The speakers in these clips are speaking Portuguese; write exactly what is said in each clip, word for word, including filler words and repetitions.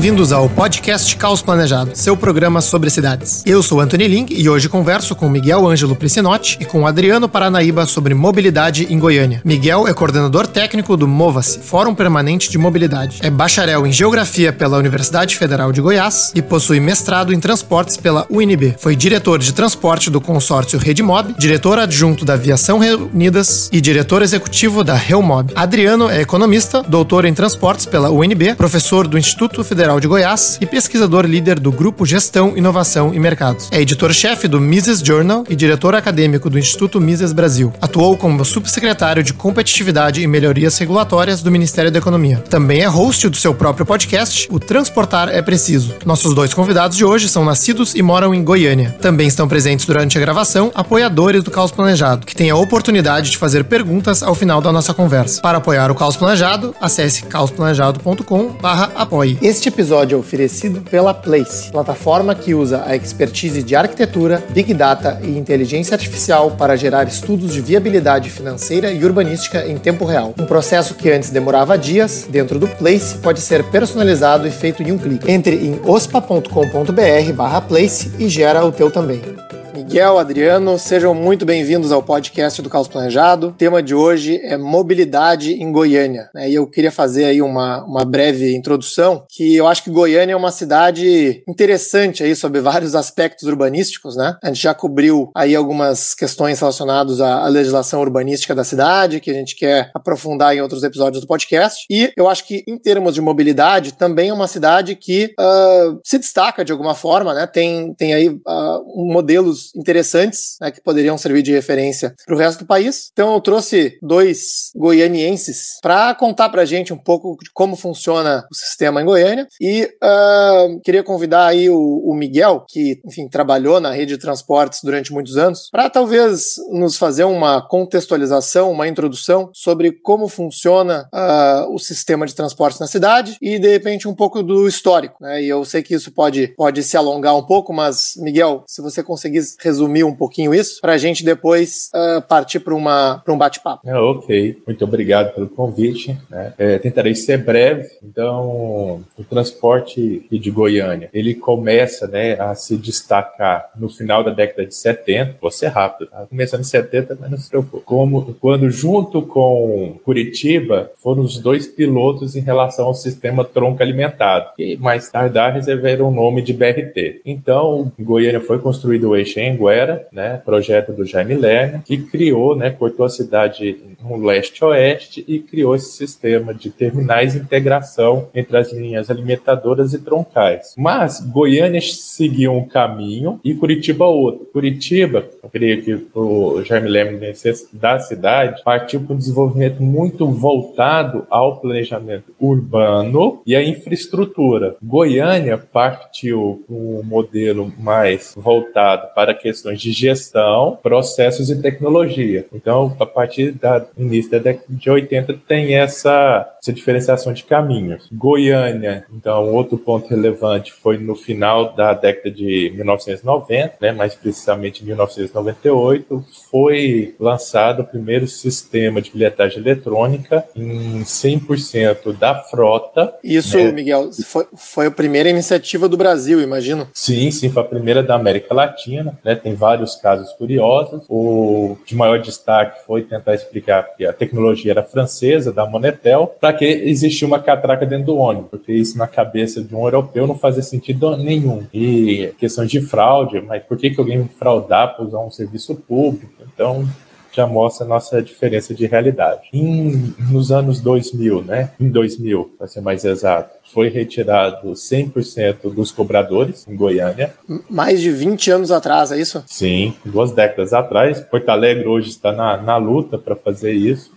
bem-vindos ao podcast Caos Planejado, seu programa sobre cidades. Eu sou Anthony Ling e hoje converso com Miguel Ângelo Priscinotti e com Adriano Paranaíba sobre mobilidade em Goiânia. Miguel é coordenador técnico do Mova-se, Fórum Permanente de Mobilidade. É bacharel em Geografia pela Universidade Federal de Goiás e possui mestrado em Transportes pela U N B. Foi diretor de transporte do consórcio Redmob, diretor adjunto da Aviação Reunidas e diretor executivo da Reomob. Adriano é economista, doutor em Transportes pela U N B, professor do Instituto Federal de Goiás e pesquisador líder do Grupo Gestão, Inovação e Mercados. É editor-chefe do Mises Journal e diretor acadêmico do Instituto Mises Brasil. Atuou como subsecretário de Competitividade e Melhorias Regulatórias do Ministério da Economia. Também é host do seu próprio podcast, o Transportar é Preciso. Nossos dois convidados de hoje são nascidos e moram em Goiânia. Também estão presentes durante a gravação apoiadores do Caos Planejado, que têm a oportunidade de fazer perguntas ao final da nossa conversa. Para apoiar o Caos Planejado, acesse caos planejado ponto com barra apoie. Este episódio é oferecido pela Place, plataforma que usa a expertise de arquitetura, Big Data e inteligência artificial para gerar estudos de viabilidade financeira e urbanística em tempo real. Um processo que antes demorava dias, dentro do Place, pode ser personalizado e feito em um clique. Entre em ospa ponto com ponto br barra Place e gera o teu também. Miguel, Adriano, sejam muito bem-vindos ao podcast do Caos Planejado. O tema de hoje é mobilidade em Goiânia. E eu queria fazer aí uma, uma breve introdução, que eu acho que Goiânia é uma cidade interessante aí sobre vários aspectos urbanísticos, né? A gente já cobriu aí algumas questões relacionadas à legislação urbanística da cidade, que a gente quer aprofundar em outros episódios do podcast. E eu acho que, em termos de mobilidade, também é uma cidade que uh, se destaca de alguma forma, né? Tem, tem aí uh, modelos interessantes, né, que poderiam servir de referência para o resto do país. Então eu trouxe dois goianienses para contar para a gente um pouco de como funciona o sistema em Goiânia e uh, queria convidar aí o, o Miguel, que, enfim, trabalhou na rede de transportes durante muitos anos, para talvez nos fazer uma contextualização, uma introdução sobre como funciona uh, o sistema de transportes na cidade e, de repente, um pouco do histórico, né? E eu sei que isso pode, pode se alongar um pouco, mas, Miguel, se você conseguir resumir um pouquinho isso, para a gente depois uh, partir para um bate-papo. É, ok, muito obrigado pelo convite, né? É, tentarei ser breve. Então, o transporte de Goiânia, ele começa, né, a se destacar no final da década de setenta, vou ser rápido, tá? Começando em setenta, mas não se preocupe. Como, quando junto com Curitiba, foram os dois pilotos em relação ao sistema tronco alimentado, que mais tarde receberam o nome de B R T. Então, em Goiânia foi construído o eixo Anhanguera, né, projeto do Jaime Lerner, que criou, né, cortou a cidade no leste-oeste e criou esse sistema de terminais de integração entre as linhas alimentadoras e troncais. Mas Goiânia seguiu um caminho e Curitiba outro. Curitiba, eu creio que o Jaime Lerner da cidade partiu para um desenvolvimento muito voltado ao planejamento urbano e à infraestrutura. Goiânia partiu para um modelo mais voltado para questões de gestão, processos e tecnologia. Então, a partir do início da década de oitenta, tem essa, essa diferenciação de caminhos. Goiânia, então, outro ponto relevante foi no final da década de mil novecentos e noventa, né, mais precisamente em mil novecentos e noventa e oito, foi lançado o primeiro sistema de bilhetagem eletrônica em cem por cento da frota. Isso, né? Miguel, foi, foi a primeira iniciativa do Brasil, imagino. Sim, sim, foi a primeira da América Latina, né? Tem vários casos curiosos. O de maior destaque foi tentar explicar que a tecnologia era francesa, da Monetel, para que existia uma catraca dentro do ônibus, porque isso na cabeça de um europeu não fazia sentido nenhum. E questões de fraude, mas por que, que alguém me fraudar para usar um serviço público? Então, já mostra a nossa diferença de realidade. Em, nos anos dois mil, né? Em dois mil, para ser mais exato, foi retirado cem por cento dos cobradores em Goiânia. Mais de vinte anos atrás, é isso? Sim, duas décadas atrás. Porto Alegre hoje está na, na luta para fazer isso.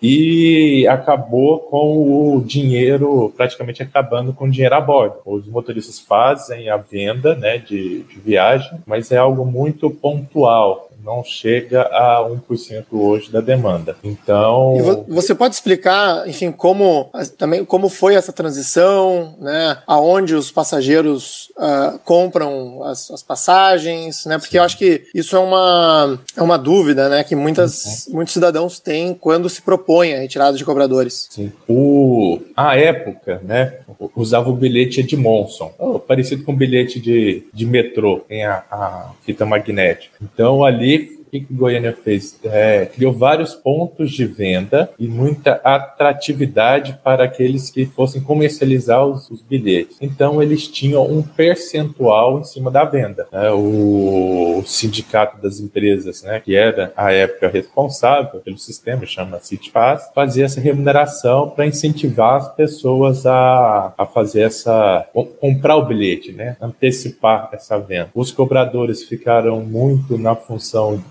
E acabou com o dinheiro, praticamente acabando com o dinheiro a bordo. Os motoristas fazem a venda, né, de, de viagem, mas é algo muito pontual. não chega a um por cento hoje da demanda. Então... E você pode explicar, enfim, como, também, como foi essa transição, né? Aonde os passageiros uh, compram as, as passagens, né? Porque eu acho que isso é uma, é uma dúvida, né? Que muitas, uhum. muitos cidadãos têm quando se propõem a retirada de cobradores. Sim. O, a época, né? Usava o bilhete Edmondson, oh, parecido com o bilhete de, de metrô, tem a, a fita magnética. Então ali... O que Goiânia fez? É, criou vários pontos de venda e muita atratividade para aqueles que fossem comercializar os, os bilhetes. Então, eles tinham um percentual em cima da venda. É, o, o sindicato das empresas, né, que era, à época, responsável pelo sistema, chama CityPass, fazia essa remuneração para incentivar as pessoas a, a fazer essa... comprar o bilhete, né, antecipar essa venda. Os cobradores ficaram muito na função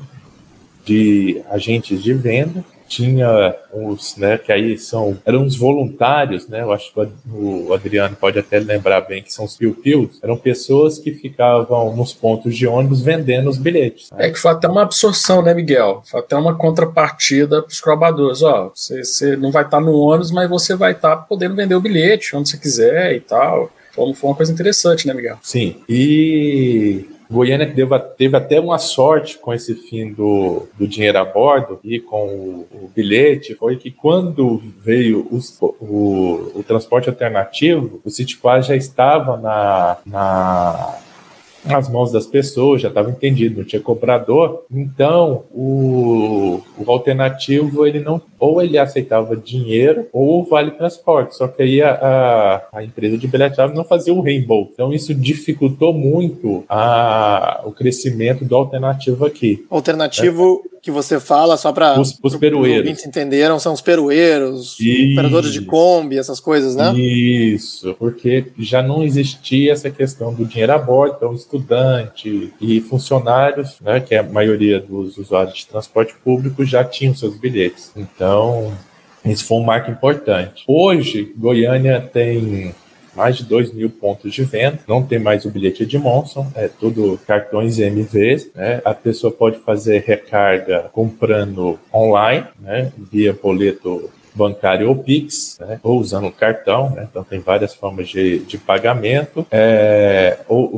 de agentes de venda, tinha os, né, que aí são, eram os voluntários, né, eu acho que o Adriano pode até lembrar bem que são os piu-pius, eram pessoas que ficavam nos pontos de ônibus vendendo os bilhetes. Né? É que foi até uma absorção, né, Miguel? Foi até uma contrapartida para os cobradores, ó, você, você não vai estar no ônibus, mas você vai estar podendo vender o bilhete onde você quiser e tal. Então foi uma coisa interessante, né, Miguel? Sim, e... Goiânia teve, teve até uma sorte com esse fim do, do dinheiro a bordo e com o, o bilhete, foi que quando veio os, o, o transporte alternativo, o CityPass já estava na, na, nas mãos das pessoas, já estava entendido, não tinha cobrador, então o, o alternativo, ele não, ou ele aceitava dinheiro ou vale transporte, só que aí a, a, a empresa de bilhetagem não fazia o reembolso, então isso dificultou muito a, o crescimento do alternativo aqui. Alternativo é. Que você fala, só para os, os perueiros. Os ouvintes entenderam, são os perueiros, e... operadores de Kombi, essas coisas, né? Isso, porque já não existia essa questão do dinheiro a bordo, então estudante e funcionários, né, que é a maioria dos usuários de transporte público, já tinham seus bilhetes. Então, isso foi um marco importante. Hoje, Goiânia tem mais de dois mil pontos de venda, não tem mais o bilhete Edmondson, é tudo cartões M V, né? A pessoa pode fazer recarga comprando online, né, via boleto bancário ou Pix, né, ou usando o cartão, né, então tem várias formas de, de pagamento. É,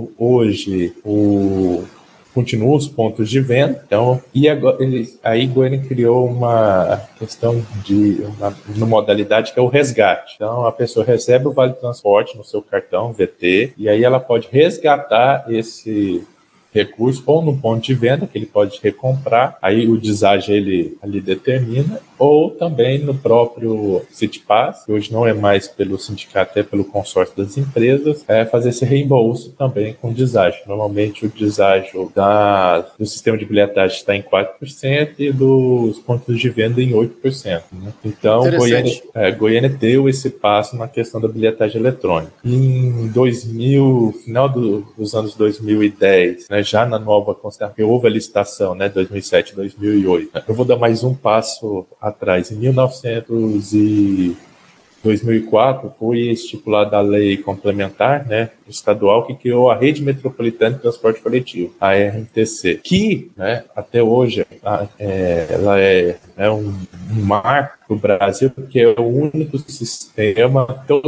hoje, o... continuam os pontos de venda, então, e agora, ele, aí Goiânia criou uma questão de uma, uma modalidade que é o resgate. Então, a pessoa recebe o Vale Transporte no seu cartão V T, e aí ela pode resgatar esse recurso ou no ponto de venda, que ele pode recomprar, aí o deságio ele ali determina, ou também no próprio CityPass, que hoje não é mais pelo sindicato, é pelo consórcio das empresas, é fazer esse reembolso também com deságio. Normalmente o deságio da, do sistema de bilhetagem está em quatro por cento e dos pontos de venda em oito por cento. Né? Então, Goiânia, é, Goiânia deu esse passo na questão da bilhetagem eletrônica. Em dois mil, final do, dos anos dois mil e dez, né, já na nova Constituição, houve a licitação, né, dois mil e sete, dois mil e oito. Eu vou dar mais um passo atrás. Em mil e novecentos e dois mil e quatro foi estipulada a lei complementar, né, estadual, que criou a Rede Metropolitana de Transporte Coletivo, a R M T C, que, né, até hoje é, ela é, é um, um marco para o Brasil, porque é o único sistema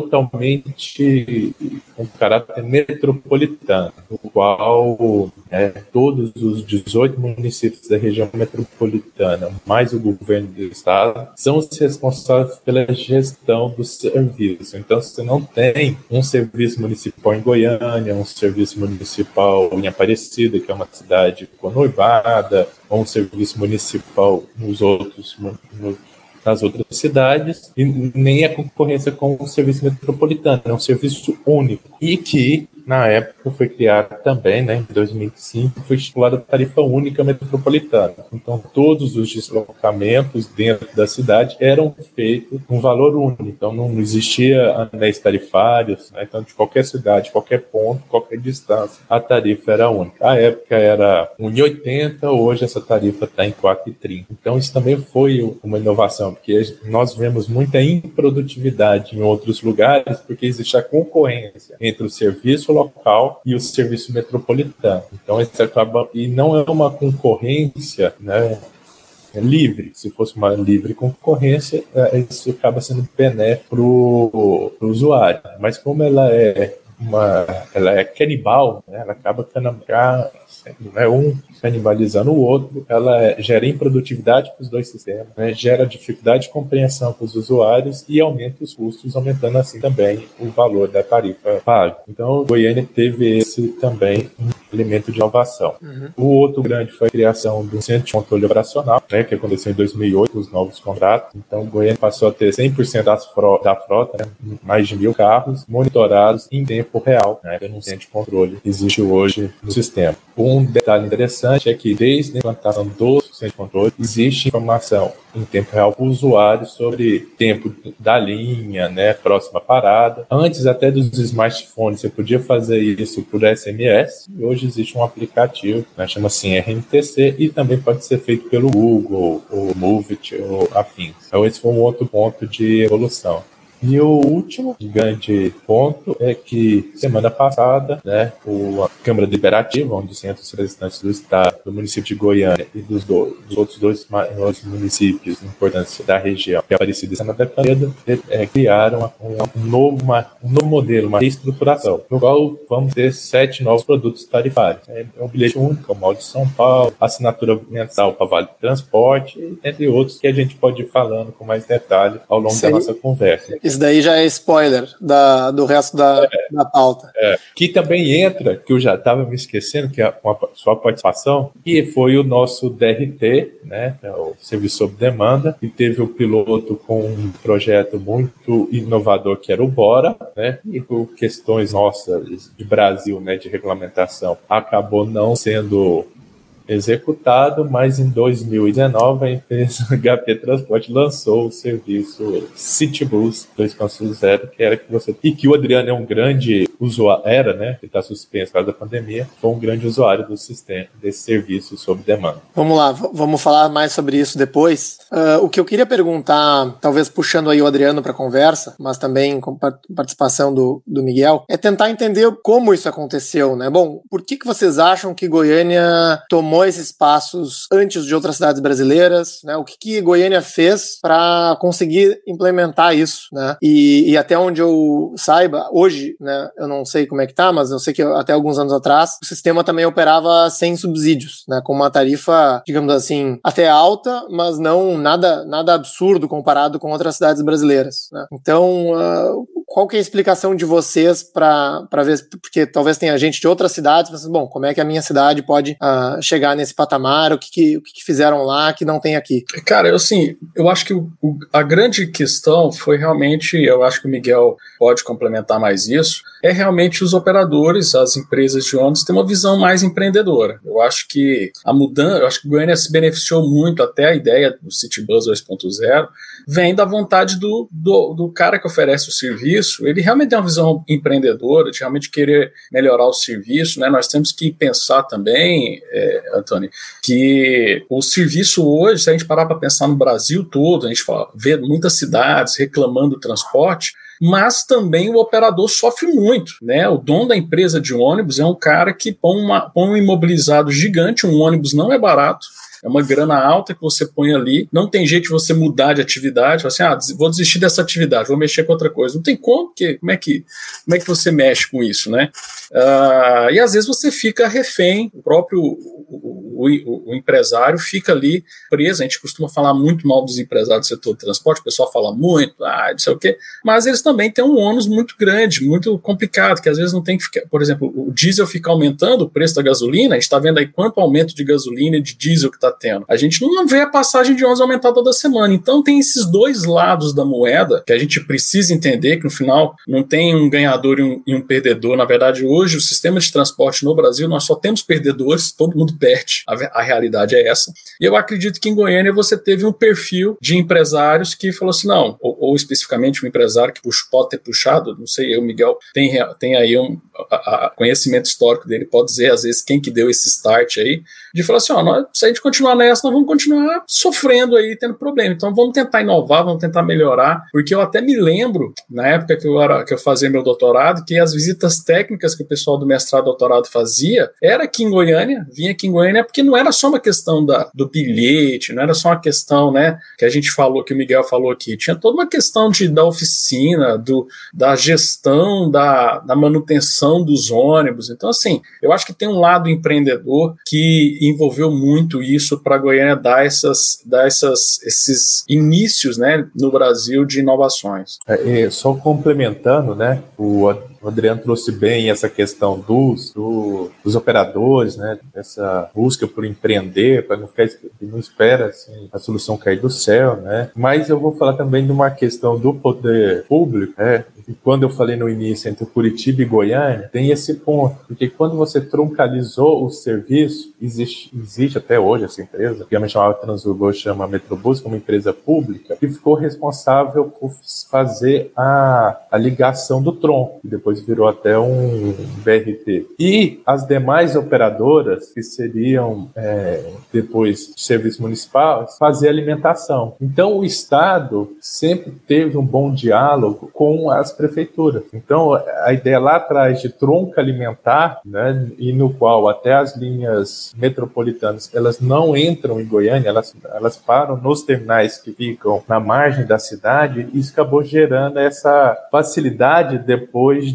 totalmente com caráter metropolitano, no qual é, todos os dezoito municípios da região metropolitana, mais o governo do estado, são os responsáveis pela gestão do serviço. Então, você não tem um serviço municipal em Goiânia, um serviço municipal em Aparecida, que é uma cidade conurbada, ou um serviço municipal nos outros, no, nas outras cidades, e nem a concorrência com o serviço metropolitano. É um serviço único e que, na época, foi criada também, né, em dois mil e cinco, foi estipulada a tarifa única metropolitana. Então, todos os deslocamentos dentro da cidade eram feitos com valor único. Então, não existia anéis tarifários, né? Então, de qualquer cidade, qualquer ponto, qualquer distância, a tarifa era única. A época era um real e oitenta centavos, hoje essa tarifa está em quatro reais e trinta centavos. Então, isso também foi uma inovação, porque nós vemos muita improdutividade em outros lugares, porque existe a concorrência entre o serviço local e o serviço metropolitano. Então, isso acaba, e não é uma concorrência, né, livre. Se fosse uma livre concorrência, isso acaba sendo benéfico para o usuário. Mas como ela é uma, ela é canibal, né, ela acaba canibalizando, né, um canibalizando o outro, ela é, gera improdutividade para os dois sistemas, né, gera dificuldade de compreensão para os usuários e aumenta os custos, aumentando assim também o valor da tarifa paga. Então, Goiânia teve esse também um elemento de inovação. Uhum. O outro grande foi a criação do Centro de Controle Operacional, né, que aconteceu em dois mil e oito, os novos contratos. Então, Goiânia passou a ter cem por cento das fro- da frota, né, mais de mil carros, monitorados em tempo real, né, um centro de controle que existe hoje no sistema. Um detalhe interessante é que desde a implantação do centro de controle existe informação em tempo real para o usuário sobre tempo da linha, né, próxima parada. Antes até dos smartphones você podia fazer isso por S M S, e hoje existe um aplicativo, né, chama-se R M T C, e também pode ser feito pelo Google, ou Movit, ou afins. Então esse foi um outro ponto de evolução. E o último grande ponto é que semana passada, né, o, a Câmara Deliberativa, onde os centros representantes do Estado, do município de Goiânia e dos, do, dos outros dois maiores municípios importantes da região, que é Aparecida e Santa Catarina, é, criaram um, um, novo, uma, um novo modelo, uma reestruturação, no qual vamos ter sete novos produtos tarifários. É um bilhete único, o Mal de São Paulo, assinatura mensal para Vale Transporte, entre outros que a gente pode ir falando com mais detalhe ao longo Sim. da nossa conversa. Isso daí já é spoiler da, do resto da, é, da pauta. É. Que também entra, que eu já estava me esquecendo, que é com a sua participação, que foi o nosso D R T, né, é o Serviço Sob Demanda, que teve o piloto com um projeto muito inovador, que era o Bora, né, e por questões nossas de Brasil, né, de regulamentação, acabou não sendo executado, mas em dois mil e dezenove a empresa H P Transporte lançou o serviço Citybus dois ponto zero, que era que você e que o Adriano é um grande usuário, era, né, que está suspenso por causa da pandemia, foi um grande usuário do sistema desse serviço sob demanda. Vamos lá, v- vamos falar mais sobre isso depois. Uh, o que eu queria perguntar, talvez puxando aí o Adriano para a conversa, mas também com a participação do, do Miguel, é tentar entender como isso aconteceu, né? Bom, por que que vocês acham que Goiânia tomou esses passos antes de outras cidades brasileiras, né? O que que Goiânia fez para conseguir implementar isso, né? E, e até onde eu saiba, hoje, né, eu não sei como é que tá, mas eu sei que até alguns anos atrás o sistema também operava sem subsídios, né? Com uma tarifa, digamos assim, até alta, mas não nada, nada absurdo comparado com outras cidades brasileiras, né? Então, uh, qual que é a explicação de vocês para ver, porque talvez tenha gente de outras cidades, mas, bom, como é que a minha cidade pode uh, chegar nesse patamar, o que, que, o que, que fizeram lá que não tem aqui? Cara, eu, assim, eu acho que o, o, a grande questão foi realmente, eu acho que o Miguel pode complementar mais isso, é realmente os operadores, as empresas de ônibus têm uma visão mais empreendedora. Eu acho que a mudança, eu acho que o Goiânia se beneficiou muito, até a ideia do Citybus dois ponto zero, vem da vontade do, do, do cara que oferece o serviço, ele realmente tem uma visão empreendedora, de realmente querer melhorar o serviço, né? Nós temos que pensar também, é, Antônio, que o serviço hoje, se a gente parar para pensar no Brasil todo, a gente fala, vê muitas cidades reclamando do transporte, mas também o operador sofre muito, né? O dono da empresa de ônibus é um cara que põe, uma, põe um imobilizado gigante, um ônibus não é barato, é uma grana alta que você põe ali, não tem jeito de você mudar de atividade, fala assim, ah, vou desistir dessa atividade, vou mexer com outra coisa. Não tem como, porque como é que, como é que você mexe com isso, né? Uh, e às vezes você fica refém, o próprio o, o, o, o empresário fica ali preso, a gente costuma falar muito mal dos empresários do setor de transporte, o pessoal fala muito, ah, não sei o quê, mas eles também têm um ônus muito grande, muito complicado, que às vezes não tem que ficar, por exemplo, o diesel fica aumentando, o preço da gasolina, a gente está vendo aí quanto aumento de gasolina e de diesel que está tendo. A gente não vê a passagem de ônibus aumentar toda semana. Então tem esses dois lados da moeda que a gente precisa entender, que no final não tem um ganhador e um, e um perdedor. Na verdade, hoje o sistema de transporte no Brasil, nós só temos perdedores, todo mundo perde. A, a realidade é essa. E eu acredito que em Goiânia você teve um perfil de empresários que falou assim, não, ou, ou especificamente um empresário que puxou, pode ter puxado, não sei, eu, Miguel, tem, tem aí um a, a conhecimento histórico dele, pode dizer às vezes quem que deu esse start aí, de falar assim, ó, nós, se a gente continuar continuar nessa, nós vamos continuar sofrendo aí, tendo problema. Então vamos tentar inovar, vamos tentar melhorar, porque eu até me lembro, na época que eu, era, que eu fazia meu doutorado, que as visitas técnicas que o pessoal do mestrado e doutorado fazia, era aqui em Goiânia, vinha aqui em Goiânia, porque não era só uma questão da, do bilhete, não era só uma questão, né, que a gente falou, que o Miguel falou aqui, tinha toda uma questão de, da oficina, do, da gestão, da, da manutenção dos ônibus. Então, assim, eu acho que tem um lado empreendedor que envolveu muito isso para Goiânia dar, essas, dar essas, esses inícios, né, no Brasil de inovações. É, só complementando, né, o O Adriano trouxe bem essa questão dos, do, dos operadores, né? Essa busca por empreender, para não ficar, não espera assim, a solução cair do céu, né? Mas eu vou falar também de uma questão do poder público, né? E quando eu falei no início entre Curitiba e Goiânia, tem esse ponto, porque quando você troncalizou o serviço, existe, existe até hoje essa empresa, que a chamava Transurbo, chama Metrobus, como empresa pública, que ficou responsável por fazer a, a ligação do tronco, e depois virou até um B R T. E as demais operadoras, que seriam é, depois de serviço municipal, fazer alimentação. Então o Estado sempre teve um bom diálogo com as prefeituras. Então a ideia lá atrás de tronco alimentar, né, e no qual até as linhas metropolitanas elas não entram em Goiânia, elas, elas param nos terminais que ficam na margem da cidade, e isso acabou gerando essa facilidade depois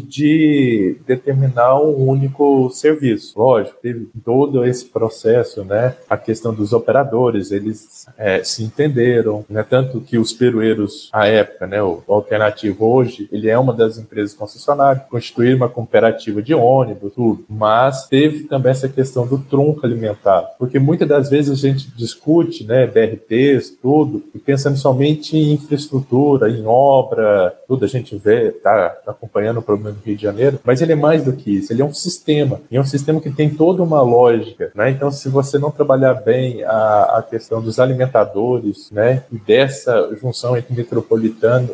de determinar um único serviço. Lógico, teve todo esse processo, né? A questão dos operadores, eles é, se entenderam, né? Tanto que os perueiros, à época, né? O Alternativo hoje, ele é uma das empresas concessionárias, constituir uma cooperativa de ônibus, tudo. Mas teve também essa questão do tronco alimentar, porque muitas das vezes a gente discute, né? B R Ts, tudo, e pensando somente em infraestrutura, em obra, tudo. A gente vê, tá, tá acompanhando o problema do Rio de Janeiro, mas ele é mais do que isso, ele é um sistema, e é um sistema que tem toda uma lógica, né? Então, se você não trabalhar bem a, a questão dos alimentadores, né, e dessa junção entre metropolitano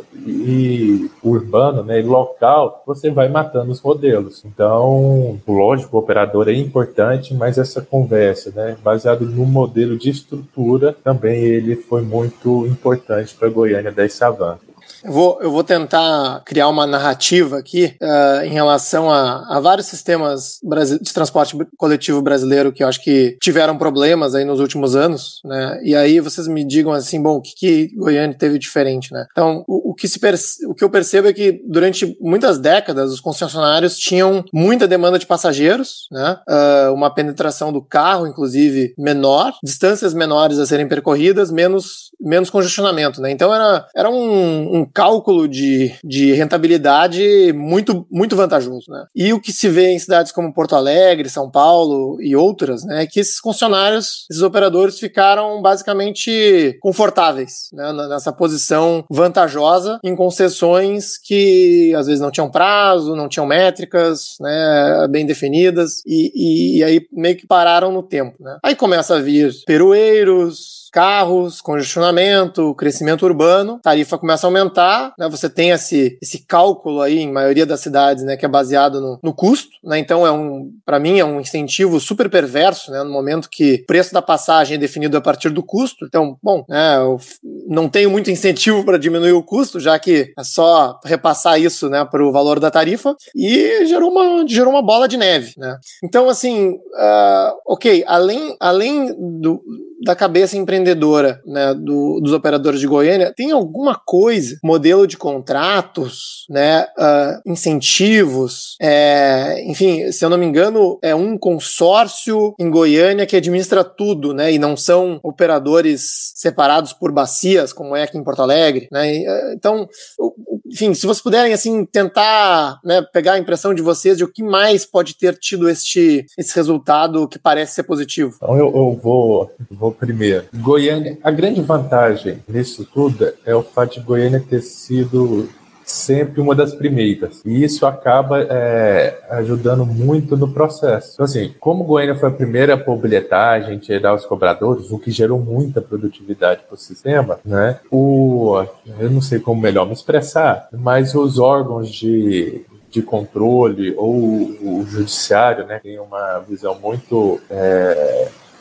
e urbano, né, e local, você vai matando os modelos. Então, lógico, o operador é importante, mas essa conversa, né, baseado no modelo de estrutura, também ele foi muito importante para Goiânia dar esse avanço. Eu vou, eu vou tentar criar uma narrativa aqui uh, em relação a, a vários sistemas de transporte coletivo brasileiro que eu acho que tiveram problemas aí nos últimos anos, né? E aí vocês me digam assim, bom, o que, que Goiânia teve diferente, né? Então, o, o, que se perce- o que eu percebo é que durante muitas décadas os concessionários tinham muita demanda de passageiros, né? Uh, uma penetração do carro, inclusive, menor, distâncias menores a serem percorridas, menos, menos congestionamento, né? Então era, era um, um cálculo de, de rentabilidade muito, muito vantajoso, né? E o que se vê em cidades como Porto Alegre, São Paulo e outras, né, é que esses concessionários, esses operadores ficaram basicamente confortáveis, né, nessa posição vantajosa em concessões que às vezes não tinham prazo, não tinham métricas, né, bem definidas, e, e, e aí meio que pararam no tempo, né? Aí começa a vir perueiros, carros, congestionamento, crescimento urbano, tarifa começa a aumentar, né? Você tem esse, esse cálculo aí em maioria das cidades, né, que é baseado no, no custo, né? Então é um, para mim é um incentivo super perverso, né, no momento que o preço da passagem é definido a partir do custo. Então, bom, né, eu não tenho muito incentivo para diminuir o custo, já que é só repassar isso, né, para o valor da tarifa, e gerou uma, gerou uma bola de neve, né? Então, assim, uh, ok, além, além do da cabeça empreendedora, né, do, dos operadores de Goiânia, tem alguma coisa, modelo de contratos, né, uh, incentivos, é, enfim, se eu não me engano, é um consórcio em Goiânia que administra tudo, né, e não são operadores separados por bacias, como é aqui em Porto Alegre, né? E, uh, então, enfim, se vocês puderem, assim, tentar, né, pegar a impressão de vocês de o que mais pode ter tido este, esse resultado que parece ser positivo. Então eu, eu vou... vou primeiro. Goiânia, a grande vantagem nisso tudo é o fato de Goiânia ter sido sempre uma das primeiras. E isso acaba é, ajudando muito no processo. Então, assim, como Goiânia foi a primeira a pôr bilhetagem, tirar os cobradores, o que gerou muita produtividade para o sistema, né? O, eu não sei como melhor me expressar, mas os órgãos de de controle ou o judiciário, né, tem uma visão muito é,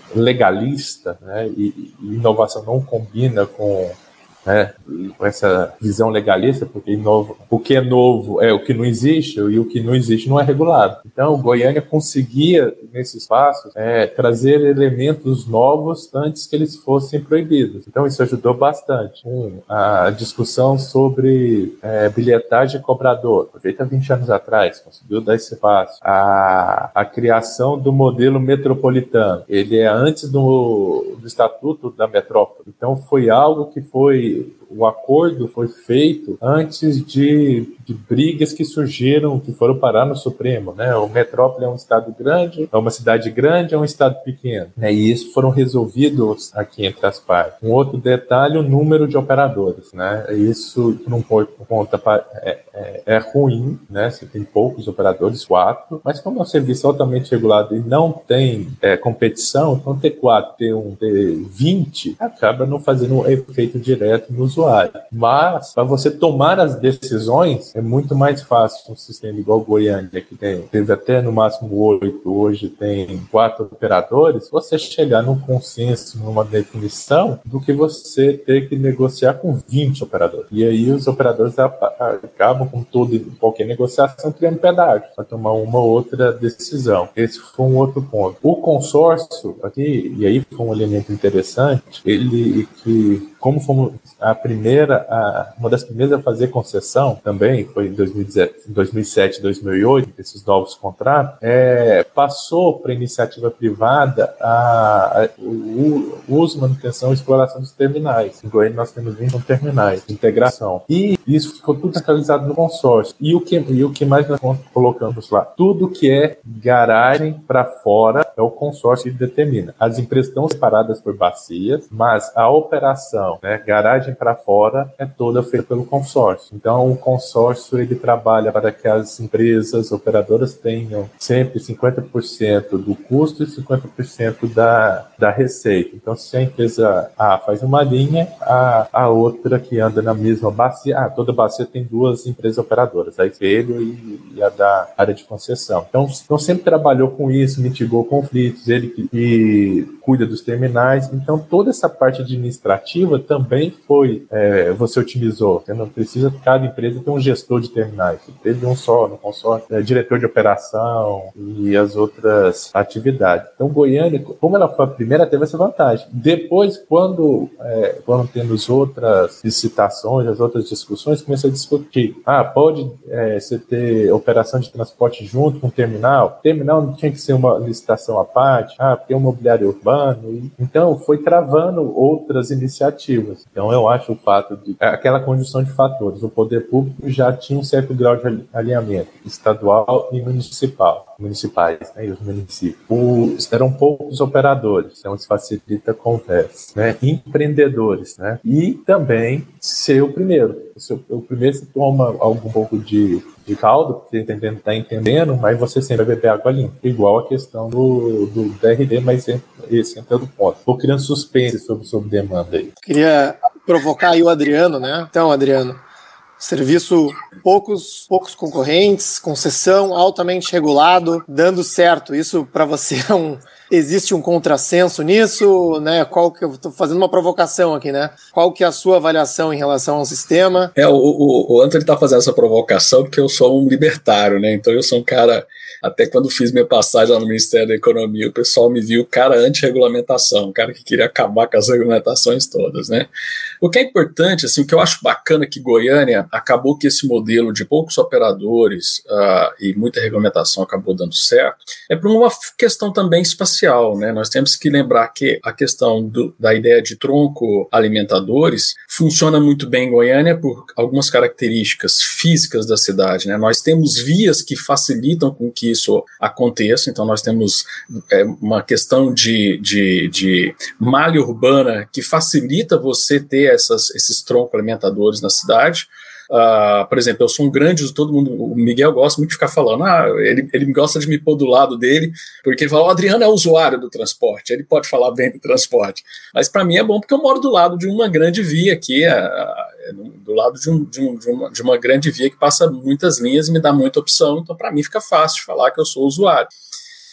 legalista, né, e, e inovação não combina com, né, com essa visão legalista, porque inova, o que é novo é o que não existe e o que não existe não é regulado. Então, Goiânia conseguia, nesse espaço, é, trazer elementos novos antes que eles fossem proibidos. Então, isso ajudou bastante. Um, a discussão sobre é, bilhetagem e cobrador, foi feita há vinte anos atrás, conseguiu dar esse passo. A, a criação do modelo metropolitano, ele é antes do, do Estatuto da Metrópole. Então, foi algo que foi o acordo foi feito antes de, de brigas que surgiram, que foram parar no Supremo, né? O Metrópole é um estado grande, é uma cidade grande, é um estado pequeno, né? E isso foram resolvidos aqui entre as partes. Um outro detalhe, o número de operadores, né? Isso não foi por conta é, é, é ruim, né? Você tem poucos operadores, quatro, mas como é um serviço altamente regulado e não tem é, competição, então ter quatro, ter um, ter vinte, acaba não fazendo um efeito direto no usuário. Mas, para você tomar as decisões, é muito mais fácil um sistema igual Goiânia, que tem, teve até no máximo oito, hoje tem quatro operadores, você chegar num consenso, numa definição, do que você ter que negociar com vinte operadores. E aí os operadores acabam com toda qualquer negociação criando pedágio para tomar uma ou outra decisão. Esse foi um outro ponto. O consórcio aqui, e aí foi um elemento interessante, ele que, como fomos a primeira, a, uma das primeiras a fazer concessão também, foi em dois mil e sete, dois mil e oito, esses novos contratos, é, passou para a iniciativa privada a, a, o, o uso, manutenção e exploração dos terminais. Em Goiânia nós temos vinte terminais de integração. E isso ficou tudo centralizado no consórcio. E o que, e o que mais nós colocamos lá? Tudo que é garagem para fora é o consórcio que determina. As empresas estão separadas por bacias, mas a operação, né, garagem para fora, é toda feita pelo consórcio. Então, o consórcio ele trabalha para que as empresas operadoras tenham sempre cinquenta por cento do custo e cinquenta por cento da, da receita. Então, se a empresa A faz uma linha, a, a outra que anda na mesma bacia, ah, toda bacia tem duas empresas operadoras, a Espelho e, e a da área de concessão. Então, então, sempre trabalhou com isso, mitigou conflitos, ele que, que cuida dos terminais. Então, toda essa parte administrativa também foi, é, você otimizou. Você não precisa, cada empresa ter um gestor de terminais. Teve um só no consórcio, é, diretor de operação e as outras atividades. Então, Goiânia, como ela foi a primeira, teve essa vantagem. Depois, quando é, foram tendo as outras licitações, as outras discussões, começou a discutir. Ah, pode é, você ter operação de transporte junto com o terminal? Terminal não tinha que ser uma licitação à parte? Ah, porque é um mobiliário urbano. E, então, foi travando outras iniciativas. Então, eu acho o fato de... aquela conjunção de fatores. O poder público já tinha um certo grau de alinhamento estadual e municipal. Municipais, né, e os municípios. Os, eram poucos operadores, então isso facilita a conversa, né? Empreendedores, né? E também ser o primeiro. O primeiro se toma algum pouco de, de caldo, porque está entendendo, entendendo, mas você sempre vai beber água limpa. Igual a questão do, do D R D, mas esse entra no ponto. Vou criando suspense sobre, sobre demanda aí. Queria provocar aí o Adriano, né? Então, Adriano, serviço, poucos, poucos concorrentes, concessão altamente regulado, dando certo. Isso para você é um, existe um contrassenso nisso, né? Qual que eu estou fazendo uma provocação aqui, né? Qual que é a sua avaliação em relação ao sistema? É, o, o, o Antônio está fazendo essa provocação porque eu sou um libertário, né? Então eu sou um cara, até quando fiz minha passagem lá no Ministério da Economia, o pessoal me viu cara anti-regulamentação, um cara que queria acabar com as regulamentações todas, né? O que é importante, assim, o que eu acho bacana que Goiânia acabou que esse modelo de poucos operadores uh, e muita regulamentação acabou dando certo, é por uma questão também espacial, né? Nós temos que lembrar que a questão do, da ideia de tronco alimentadores funciona muito bem em Goiânia por algumas características físicas da cidade, né? Nós temos vias que facilitam com que isso aconteça, então nós temos é, uma questão de, de, de malha urbana que facilita você ter essas, esses troncos alimentadores na cidade. Uh, por exemplo, eu sou um grande, todo mundo, o Miguel gosta muito de ficar falando, ah, ele, ele gosta de me pôr do lado dele, porque ele fala, o Adriano é usuário do transporte, ele pode falar bem do transporte, mas para mim é bom porque eu moro do lado de uma grande via aqui, uh, do lado de, um, de, um, de, uma, de uma grande via que passa muitas linhas e me dá muita opção, então para mim fica fácil de falar que eu sou usuário.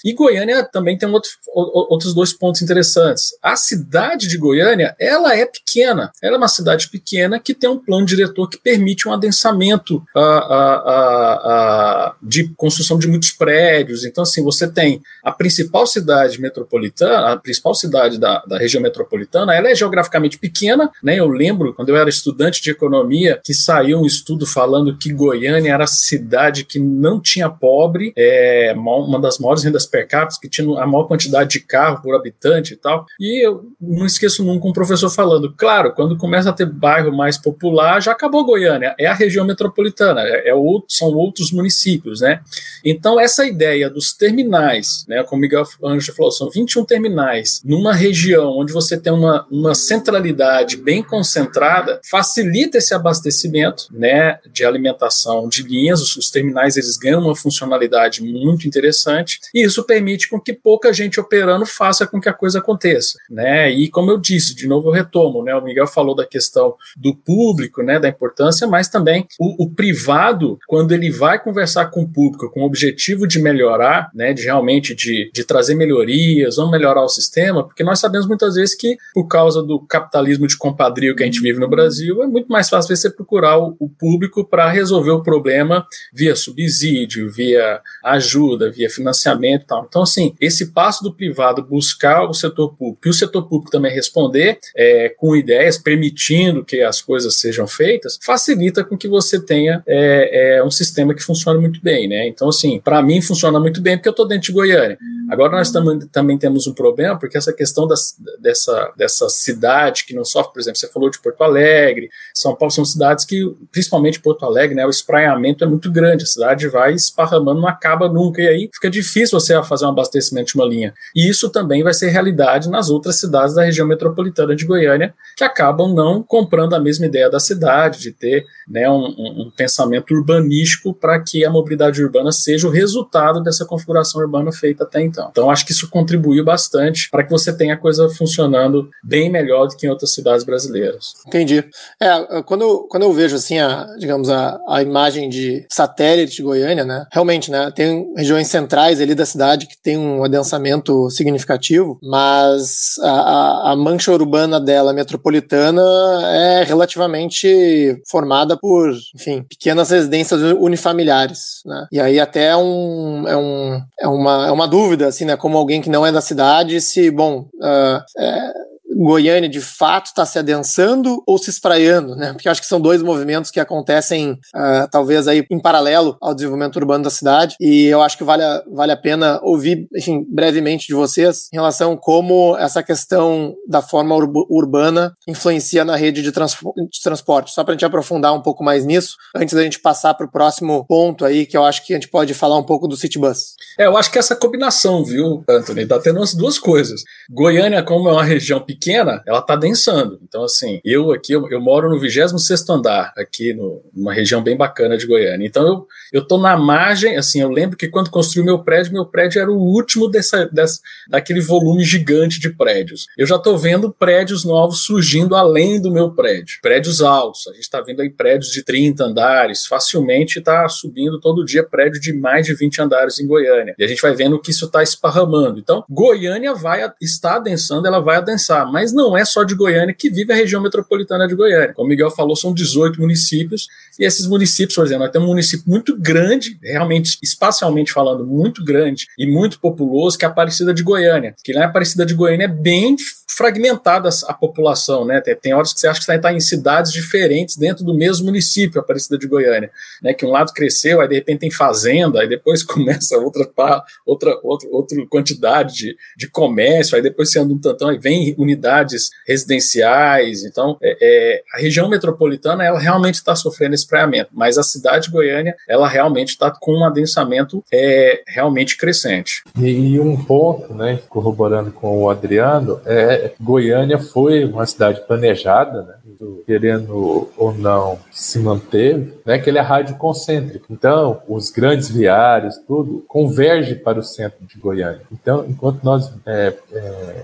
E Goiânia também tem outro, outros dois pontos interessantes. A cidade de Goiânia, ela é pequena, ela é uma cidade pequena que tem um plano diretor que permite um adensamento a, a, a, a, de construção de muitos prédios. Então, assim, você tem a principal cidade metropolitana, a principal cidade da, da região metropolitana, ela é geograficamente pequena, né? Eu lembro, quando eu era estudante de economia, que saiu um estudo falando que Goiânia era a cidade que não tinha pobre, é, uma das maiores rendas per capita, que tinha a maior quantidade de carro por habitante e tal. E eu não esqueço nunca um professor falando, claro, quando começa a ter bairro mais popular, já acabou Goiânia, é a região metropolitana, é, é outro, são outros municípios, né? Então, essa ideia dos terminais, né, como o Miguel Ângelo falou, são vinte e um terminais, numa região onde você tem uma, uma centralidade bem concentrada, facilita esse abastecimento, né, de alimentação de linhas. Os, os terminais, eles ganham uma funcionalidade muito interessante, e isso permite com que pouca gente operando faça com que a coisa aconteça, né? E como eu disse, de novo eu retomo, né, o Miguel falou da questão do público, né, da importância, mas também o, o privado, quando ele vai conversar com o público com o objetivo de melhorar, né, de realmente de, de trazer melhorias, vamos melhorar o sistema, porque nós sabemos muitas vezes que por causa do capitalismo de compadrio que a gente vive no Brasil, é muito mais fácil você procurar o, o público para resolver o problema via subsídio, via ajuda, via financiamento e tal. Então, assim, esse passo do privado buscar o setor público e o setor público também responder é, com ideias, permitindo que as coisas sejam feitas, facilita com que você tenha é, é, um sistema que funcione muito bem, né? Então, assim, para mim funciona muito bem porque eu estou dentro de Goiânia. Agora nós tam- também temos um problema, porque essa questão das, dessa, dessa cidade que não sofre, por exemplo, você falou de Porto Alegre, São Paulo, são cidades que, principalmente Porto Alegre, né, o espraiamento é muito grande, a cidade vai esparramando, não acaba nunca, e aí fica difícil você fazer um abastecimento de uma linha. E isso também vai ser realidade nas outras cidades da região metropolitana de Goiânia, que acabam não comprando a mesma ideia da cidade, de ter, né, um, um, um pensamento urbanístico para que a mobilidade urbana seja o resultado dessa configuração urbana feita até então. Então, acho que isso contribuiu bastante para que você tenha a coisa funcionando bem melhor do que em outras cidades brasileiras. Entendi. É, quando eu, quando eu vejo, assim, a, digamos, a, a imagem de satélite de Goiânia, né, realmente, né, tem regiões centrais ali da cidade que tem um adensamento significativo, mas a, a, a mancha urbana dela, metropolitana, é relativamente formada por, enfim, pequenas residências unifamiliares, né, e aí até é, um, é, um, é, uma, é uma dúvida, assim, né, como alguém que não é da cidade, se, bom, uh, é, Goiânia de fato está se adensando ou se espraiando, né? Porque eu acho que são dois movimentos que acontecem uh, talvez aí em paralelo ao desenvolvimento urbano da cidade, e eu acho que vale a, vale a pena ouvir, enfim, brevemente de vocês em relação a como essa questão da forma ur- urbana influencia na rede de, trans- de transporte, só para a gente aprofundar um pouco mais nisso, antes da gente passar para o próximo ponto aí, que eu acho que a gente pode falar um pouco do City Bus. É, eu acho que essa combinação, viu, Anthony, tá tendo as duas coisas. Goiânia, como é uma região pequena, pequena, ela tá densando. Então, assim, eu aqui, eu, eu moro no vigésimo sexto andar, aqui no, numa região bem bacana de Goiânia. Então, eu, eu tô na margem, assim, eu lembro que quando construí meu prédio, meu prédio era o último dessa, dessa, daquele volume gigante de prédios. Eu já tô vendo prédios novos surgindo além do meu prédio. Prédios altos. A gente tá vendo aí prédios de trinta andares. Facilmente tá subindo todo dia prédio de mais de vinte andares em Goiânia. E a gente vai vendo que isso tá esparramando. Então, Goiânia vai, está adensando, ela vai adensar. Mas não é só de Goiânia que vive a região metropolitana de Goiânia. Como o Miguel falou, são dezoito municípios, e esses municípios, por exemplo, nós temos um município muito grande, realmente, espacialmente falando, muito grande e muito populoso, que é a Aparecida de Goiânia. Que lá em Aparecida de Goiânia é bem fragmentada a população, né? Tem, tem horas que você acha que você está em cidades diferentes dentro do mesmo município, Aparecida de Goiânia, né? Que um lado cresceu, aí de repente tem fazenda, aí depois começa outra, outra, outra, outra quantidade de, de comércio, aí depois você anda um tantão, aí vem unidades residenciais. Então, é, é, a região metropolitana, ela realmente está sofrendo espraiamento, mas a cidade de Goiânia, ela realmente está com um adensamento é, realmente crescente. E, e um ponto, né, corroborando com o Adriano, é Goiânia foi uma cidade planejada, né, querendo ou não se manteve, né, que ele é rádio concêntrico. Então, os grandes viários, tudo, converge para o centro de Goiânia. Então, enquanto nós é, é,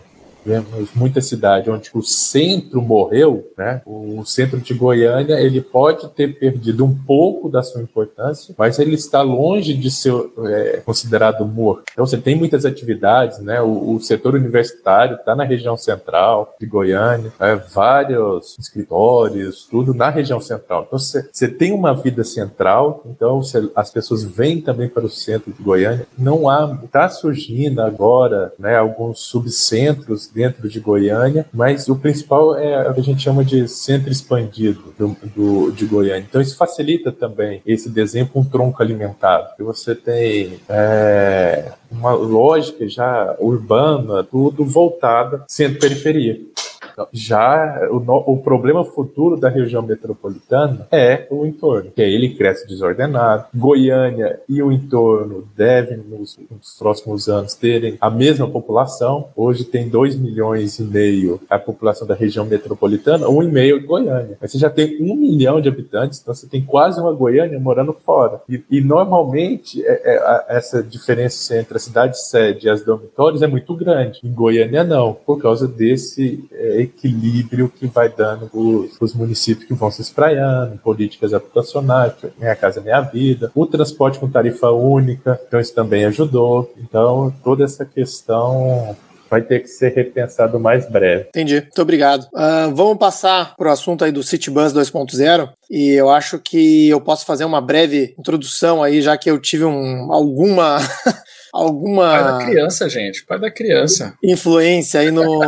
Tivemos muita cidade onde o centro morreu, né? O centro de Goiânia, ele pode ter perdido um pouco da sua importância, mas ele está longe de ser é, considerado morto. Então você tem muitas atividades, né? O, o setor universitário está na região central de Goiânia, é, vários escritórios, tudo na região central. Então você, você tem uma vida central, então você, as pessoas vêm também para o centro de Goiânia. Não há, está surgindo agora, né, alguns subcentros dentro de Goiânia, mas o principal é o que a gente chama de centro expandido do, do, de Goiânia. Então isso facilita também esse desenho com um tronco alimentado. E você tem é, uma lógica já urbana, tudo voltada centro-periferia. Já o, o problema futuro da região metropolitana é o entorno, que aí ele cresce desordenado. Goiânia e o entorno devem, nos, nos próximos anos, terem a mesma população. Hoje tem dois milhões e meio a população da região metropolitana, um e meio de Goiânia. Mas você já tem um milhão de habitantes, então você tem quase uma Goiânia morando fora. E, e normalmente é, é, a, essa diferença entre a cidade-sede e as dormitórios é muito grande. Em Goiânia não, por causa desse é, equilíbrio que vai dando os, os municípios que vão se espraiando, políticas habitacionais, Minha Casa Minha Vida, o transporte com tarifa única, então isso também ajudou. Então toda essa questão vai ter que ser repensado o mais breve. Entendi, muito obrigado. Uh, vamos passar para o assunto aí do Citybus dois ponto zero, e eu acho que eu posso fazer uma breve introdução aí, já que eu tive um, alguma... alguma... Pai da criança, gente, pai da criança. Influência aí no...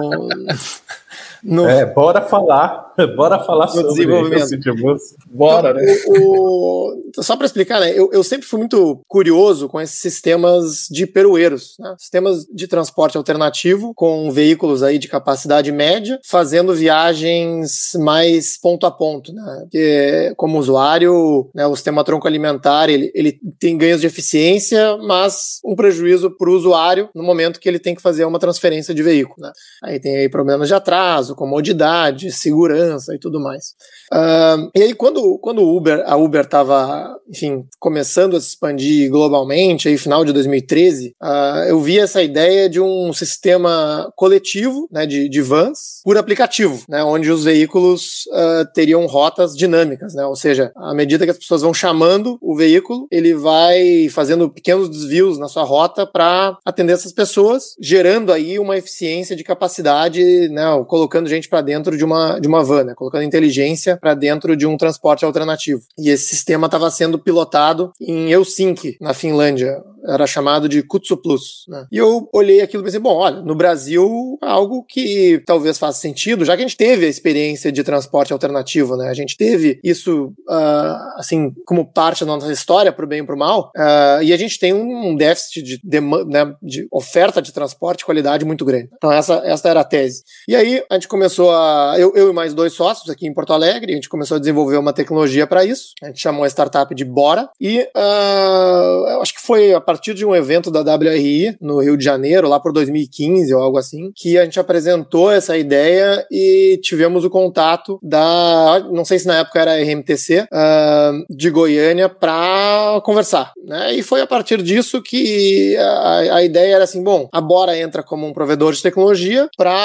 no... É, bora falar, bora falar sobre o Citybus. Bora, né? O, o, só para explicar, né? Eu, eu sempre fui muito curioso com esses sistemas de peroeiros, né? Sistemas de transporte alternativo com veículos aí de capacidade média, fazendo viagens mais ponto a ponto, né? Porque como usuário, né, o sistema tronco alimentar, ele, ele tem ganhos de eficiência, mas um prejuízo para o usuário no momento que ele tem que fazer uma transferência de veículo, né? Aí tem aí problemas de atraso, comodidade, segurança e tudo mais. Uh, e aí quando, quando o Uber, a Uber estava, enfim, começando a se expandir globalmente, aí final de dois mil e treze, uh, eu vi essa ideia de um sistema coletivo, né, de, de vans por aplicativo, né, onde os veículos uh, teriam rotas dinâmicas, né, ou seja, à medida que as pessoas vão chamando o veículo, ele vai fazendo pequenos desvios na sua rota para atender essas pessoas, gerando aí uma eficiência de capacidade, né, colocando gente para dentro de uma, de uma van, né, colocando inteligência para dentro de um transporte alternativo. E esse sistema estava sendo pilotado em Helsinki, na Finlândia. Era chamado de Kutsu Plus, né? E eu olhei aquilo e pensei, bom, olha, no Brasil, algo que talvez faça sentido, já que a gente teve a experiência de transporte alternativo, né? A gente teve isso, uh, assim, como parte da nossa história, pro bem e pro mal, uh, e a gente tem um déficit de, demanda, né, de oferta de transporte de qualidade muito grande. Então essa, essa era a tese. E aí a gente começou a... Eu, eu e mais dois sócios aqui em Porto Alegre, a gente começou a desenvolver uma tecnologia para isso. A gente chamou a startup de Bora. E uh, eu acho que foi a partir de um evento da W R I no Rio de Janeiro, lá por dois mil e quinze ou algo assim, que a gente apresentou essa ideia e tivemos o contato da... Não sei se na época era a R M T C, uh, de Goiânia, para conversar, né? E foi a partir disso que a, a ideia era assim, bom, a Bora entra como um provedor de tecnologia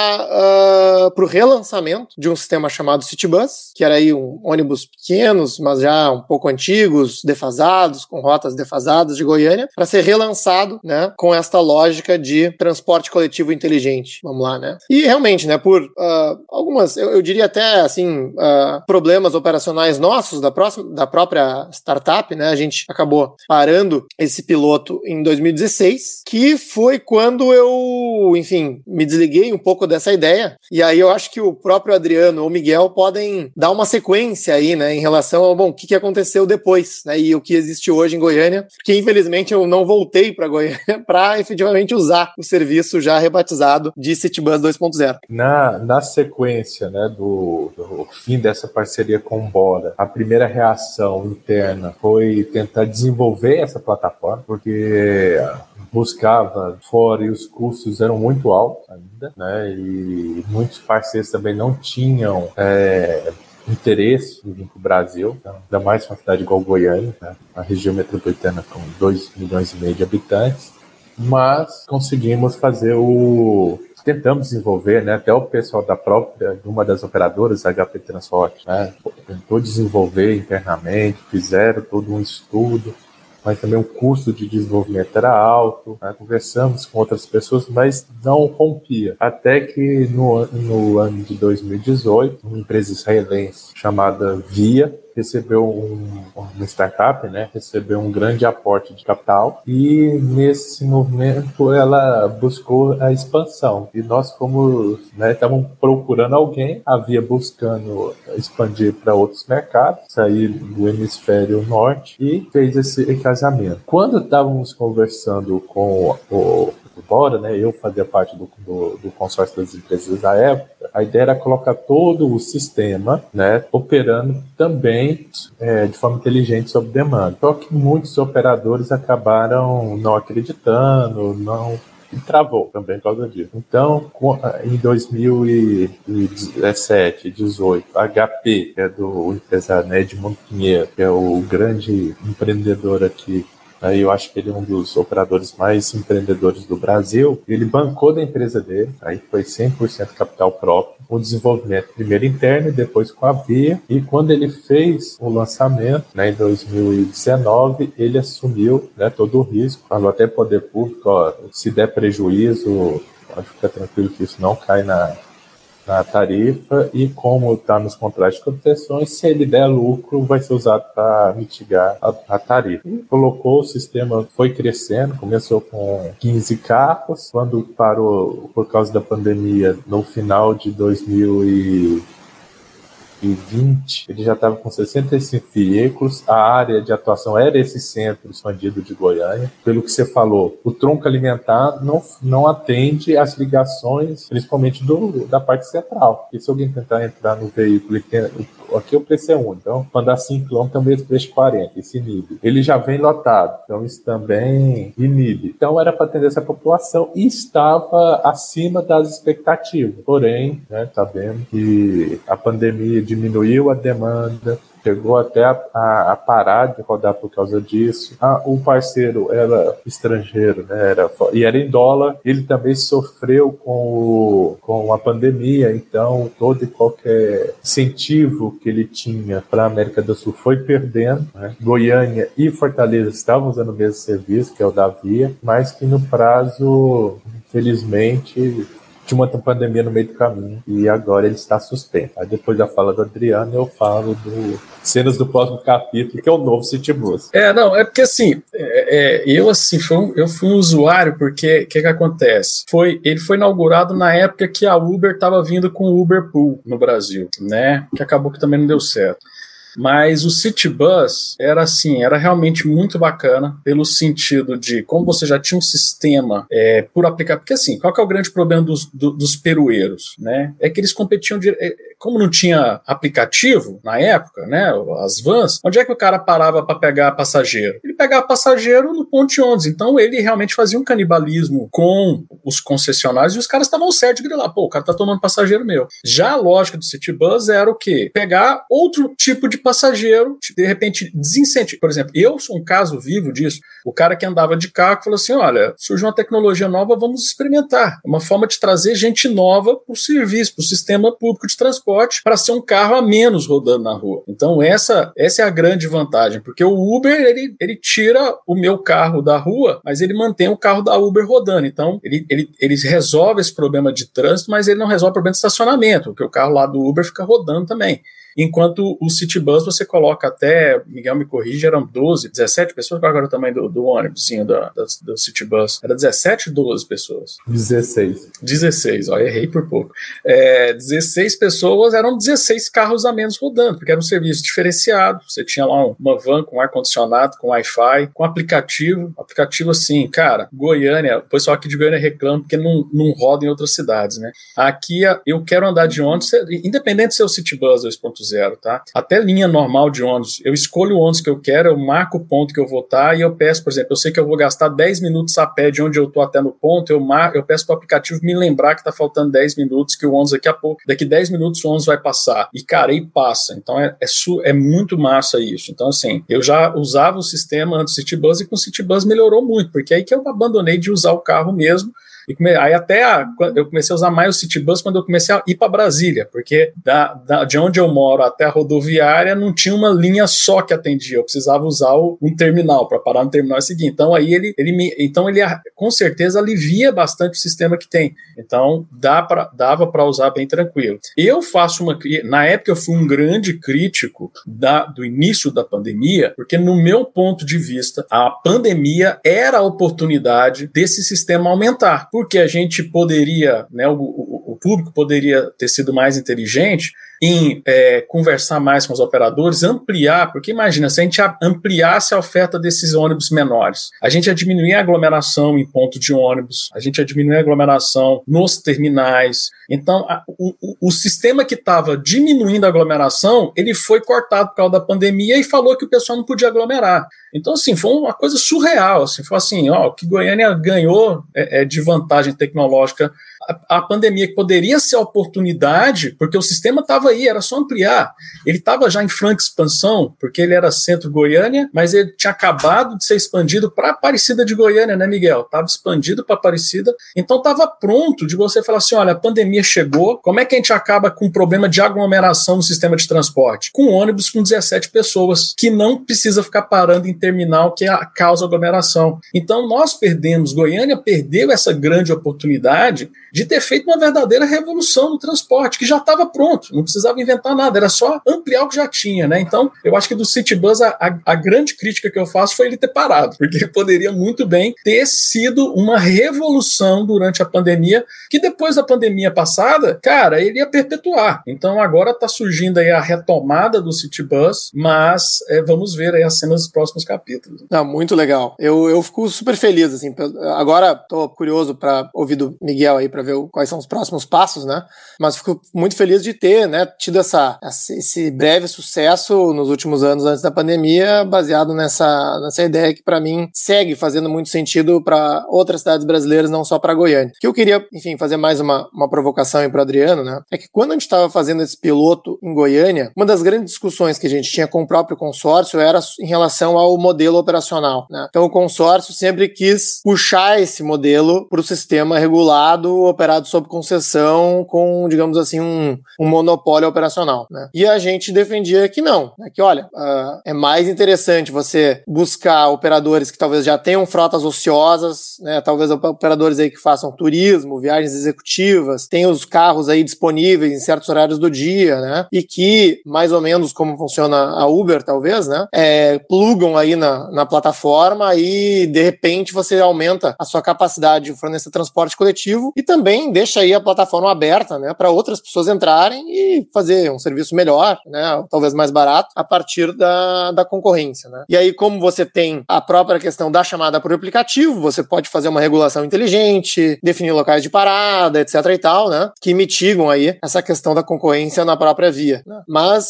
para uh, o relançamento de um sistema chamado Citybus, que era aí um ônibus pequenos, mas já um pouco antigos, defasados, com rotas defasadas de Goiânia, para ser relançado, né, com esta lógica de transporte coletivo inteligente, vamos lá, né? E realmente, né, por uh, algumas, eu, eu diria até, assim, uh, problemas operacionais nossos da, próxima, da própria startup, né, a gente acabou parando esse piloto em dois mil e dezesseis, que foi quando eu, enfim, me desliguei um pouco dessa ideia, e aí eu acho que o próprio Adriano ou Miguel podem dar uma sequência aí, né, em relação ao, bom, o que, que aconteceu depois, né, e o que existe hoje em Goiânia, porque infelizmente eu não voltei para Goiânia para efetivamente usar o serviço já rebatizado de Citybus dois ponto zero. Na, na sequência, né, do, do fim dessa parceria com o Bora, a primeira reação interna foi tentar desenvolver essa plataforma, porque buscava fora e os custos eram muito altos ainda, né, e muitos parceiros também não tinham é, interesse em vir para o Brasil, então, ainda mais uma cidade igual Goiânia, né, uma região metropolitana com dois milhões e meio de habitantes, mas conseguimos fazer o, tentamos desenvolver, né, até o pessoal da própria, de uma das operadoras, a H P Transport, né, tentou desenvolver internamente, fizeram todo um estudo, mas também o custo de desenvolvimento era alto, né? Conversamos com outras pessoas, mas não rompia. Até que no, no ano de dois mil e dezoito, uma empresa israelense chamada Via recebeu um, uma startup, né, recebeu um grande aporte de capital e nesse movimento ela buscou a expansão e nós fomos, né, estavam procurando alguém, havia buscando expandir para outros mercados, sair do hemisfério norte e fez esse casamento. Quando estávamos conversando com o Bora, né, eu fazia parte do, do, do consórcio das empresas da época, a ideia era colocar todo o sistema, né, operando também é, de forma inteligente sob demanda. Só que muitos operadores acabaram não acreditando, não... e travou também por causa disso. Então, em dois mil e dezessete, dezoito, a H P, que é do empresário, né, Edmundo Pinheiro, que é o grande empreendedor aqui, aí eu acho que ele é um dos operadores mais empreendedores do Brasil, ele bancou da empresa dele, aí foi cem por cento capital próprio, o desenvolvimento primeiro interno e depois com a Via, e quando ele fez o lançamento, né, em dois mil e dezenove, ele assumiu, né, todo o risco, falou até poder público, ó, se der prejuízo, pode ficar tranquilo que isso não cai na na tarifa, e como está nos contratos de concessões, se ele der lucro, vai ser usado para mitigar a, a tarifa. E colocou o sistema, foi crescendo, começou com quinze carros, quando parou por causa da pandemia, no final de dois mil e vinte, ele já estava com sessenta e cinco veículos, a área de atuação era esse centro expandido de Goiânia. Pelo que você falou, o tronco alimentar não, não atende às ligações, principalmente do, da parte central. E se alguém tentar entrar no veículo, ele tem, aqui o preço é um, então quando dá cinco quilômetros, também o preço de quarenta, isso inibe. Ele já vem lotado, então isso também inibe. Então era para atender essa população e estava acima das expectativas. Porém, né, sabemos que a pandemia diminuiu a demanda, chegou até a, a, a parar de rodar por causa disso. Ah, o parceiro era estrangeiro, né, era, e era em dólar. Ele também sofreu com, o, com a pandemia, então todo e qualquer incentivo que ele tinha para a América do Sul foi perdendo, né? Goiânia e Fortaleza estavam usando o mesmo serviço, que é o da Via, mas que no prazo, infelizmente, tinha uma pandemia no meio do caminho e agora ele está suspenso. Aí depois da fala do Adriano eu falo do cenas do próximo capítulo, que é o novo City Bus. É, não, é porque assim, é, é, eu assim, fui um, eu fui um usuário, porque o que que acontece? Foi, ele foi inaugurado na época que a Uber estava vindo com o Uber Pool no Brasil, né? Que acabou que também não deu certo. Mas o City Bus era assim, era realmente muito bacana, pelo sentido de, como você já tinha um sistema é, por aplicar, porque assim, qual que é o grande problema dos, do, dos perueiros, né? É que eles competiam, de, como não tinha aplicativo na época, né, as vans, onde é que o cara parava para pegar passageiro? Ele pegava passageiro no ponto de ônibus, então ele realmente fazia um canibalismo com os concessionários e os caras estavam certos de grilar, pô, o cara tá tomando passageiro meu. Já a lógica do City Bus era o quê? Pegar outro tipo de passageiro, de repente desincentivar. Por exemplo, eu sou um caso vivo disso. O cara que andava de carro falou assim, olha, surgiu uma tecnologia nova, vamos experimentar. Uma forma de trazer gente nova para o serviço, para o sistema público de transporte, para ser um carro a menos rodando na rua. Então essa, essa é a grande vantagem, porque o Uber, ele, ele tira o meu carro da rua, mas ele mantém o carro da Uber rodando. Então ele, ele, ele resolve esse problema de trânsito, mas ele não resolve o problema de estacionamento, porque o carro lá do Uber fica rodando também. Enquanto o City Bus você coloca até, Miguel me corrige, eram doze, dezessete pessoas, qual era o tamanho do, do ônibusinho da, da, do City Bus? Era dezessete ou doze pessoas? dezesseis. dezesseis, ó, errei por pouco. É, dezesseis pessoas, eram dezesseis carros a menos rodando, porque era um serviço diferenciado, você tinha lá uma van com ar-condicionado, com Wi-Fi, com aplicativo, aplicativo assim, cara, Goiânia, o pessoal aqui de Goiânia reclama porque não, não roda em outras cidades, né? Aqui eu quero andar de ônibus, independente se é o City Bus dois ponto zero, tá? Até linha normal de ônibus, eu escolho o ônibus que eu quero, eu marco o ponto que eu vou estar e eu peço, por exemplo, eu sei que eu vou gastar dez minutos a pé de onde eu tô até no ponto, eu, mar, eu peço para o aplicativo me lembrar que tá faltando dez minutos, que o ônibus daqui a pouco, daqui dez minutos o ônibus vai passar. E, cara, aí passa. Então é, é, su, é muito massa isso. Então, assim, eu já usava o sistema antes do City Bus e com o City Bus melhorou muito, porque aí que eu abandonei de usar o carro mesmo. E come, aí até a, eu comecei a usar mais o Citybus quando eu comecei a ir para Brasília, porque da, da, de onde eu moro até a rodoviária não tinha uma linha só que atendia, eu precisava usar o, um terminal para parar no terminal e seguir. Então aí ele, ele, me, então ele com certeza alivia bastante o sistema que tem. Então dá pra, dava para usar bem tranquilo. Eu faço uma... Na época eu fui um grande crítico da, do início da pandemia, porque no meu ponto de vista, a pandemia era a oportunidade desse sistema aumentar, porque a gente poderia, né, o, o, o público poderia ter sido mais inteligente em é, conversar mais com os operadores, ampliar, porque imagina, se a gente ampliasse a oferta desses ônibus menores, a gente ia diminuir a aglomeração em ponto de ônibus, a gente ia diminuir a aglomeração nos terminais. Então, a, o, o, o sistema que estava diminuindo a aglomeração, ele foi cortado por causa da pandemia e falou que o pessoal não podia aglomerar. Então, assim, foi uma coisa surreal, assim, foi assim, ó, que Goiânia ganhou é, é, de vantagem tecnológica a, a pandemia, que poderia ser a oportunidade, porque o sistema estava aí, era só ampliar. Ele estava já em franca expansão, porque ele era centro Goiânia, mas ele tinha acabado de ser expandido para Aparecida de Goiânia, né, Miguel? Estava expandido para Aparecida, então estava pronto de você falar assim, olha, a pandemia chegou, como é que a gente acaba com o problema de aglomeração no sistema de transporte? Com ônibus com dezessete pessoas, que não precisa ficar parando em terminal, que é a causa aglomeração. Então nós perdemos, Goiânia perdeu essa grande oportunidade de ter feito uma verdadeira revolução no transporte, que já estava pronto, não precisava inventar nada, era só ampliar o que já tinha, né? Então, eu acho que do Citybus, a, a, a grande crítica que eu faço foi ele ter parado, porque ele poderia muito bem ter sido uma revolução durante a pandemia, que depois da pandemia passada, cara, ele ia perpetuar. Então, agora está surgindo aí a retomada do Citybus, mas é, vamos ver aí as cenas dos próximos capítulos. Não, muito legal. Eu, eu fico super feliz, assim, agora tô curioso para ouvir do Miguel aí, para ver quais são os próximos passos, né? Mas fico muito feliz de ter, né, tido essa, esse breve sucesso nos últimos anos antes da pandemia, baseado nessa, nessa ideia que para mim segue fazendo muito sentido para outras cidades brasileiras, não só para Goiânia. Que eu queria, enfim, fazer mais uma, uma provocação aí para o Adriano, né? É que quando a gente estava fazendo esse piloto em Goiânia, uma das grandes discussões que a gente tinha com o próprio consórcio era em relação ao modelo operacional, né? Então o consórcio sempre quis puxar esse modelo para o sistema regulado, operado sob concessão, com, digamos assim, um, um monopólio operacional, né? E a gente defendia que não, né? Que olha, uh, é mais interessante você buscar operadores que talvez já tenham frotas ociosas, né? Talvez operadores aí que façam turismo, viagens executivas, tenham os carros aí disponíveis em certos horários do dia, né? E que, mais ou menos como funciona a Uber, talvez, né? É, plugam aí na, na plataforma e, de repente, você aumenta a sua capacidade de fornecer transporte coletivo e também deixa aí a plataforma aberta, né, para outras pessoas entrarem e fazer um serviço melhor, né, talvez mais barato, a partir da, da concorrência, né. E aí, como você tem a própria questão da chamada por aplicativo, você pode fazer uma regulação inteligente, definir locais de parada, etc e tal, né, que mitigam aí essa questão da concorrência na própria via, né. Mas,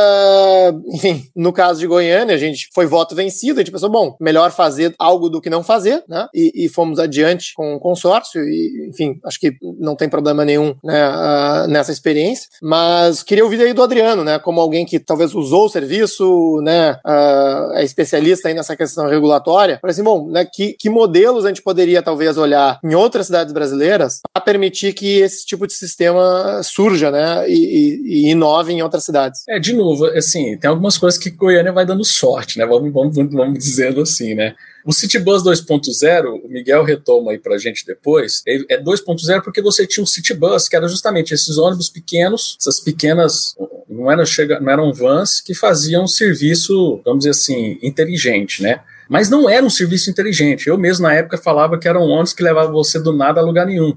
uh, enfim, no caso de Goiânia, a gente foi voto vencido, a gente pensou, bom, melhor fazer algo do que não fazer, né, e, e fomos adiante com o consórcio e, enfim, acho que não tem problema nenhum, né, uh, nessa experiência, mas queria ouvir aí do Adriano, né, como alguém que talvez usou o serviço, né, uh, é especialista aí nessa questão regulatória, para assim, bom, né, que, que modelos a gente poderia talvez olhar em outras cidades brasileiras para permitir que esse tipo de sistema surja, né, e, e, e inove em outras cidades. É, de novo, assim, tem algumas coisas que Goiânia vai dando sorte, né, vamos, vamos, vamos dizendo assim, né. O Citybus dois ponto zero, o Miguel retoma aí pra gente depois, é dois ponto zero porque você tinha um Citybus, que era justamente esses ônibus pequenos, essas pequenas, não eram, chega, não eram vans, que faziam um serviço, vamos dizer assim, inteligente, né? Mas não era um serviço inteligente. Eu mesmo, na época, falava que eram ônibus que levavam você do nada a lugar nenhum.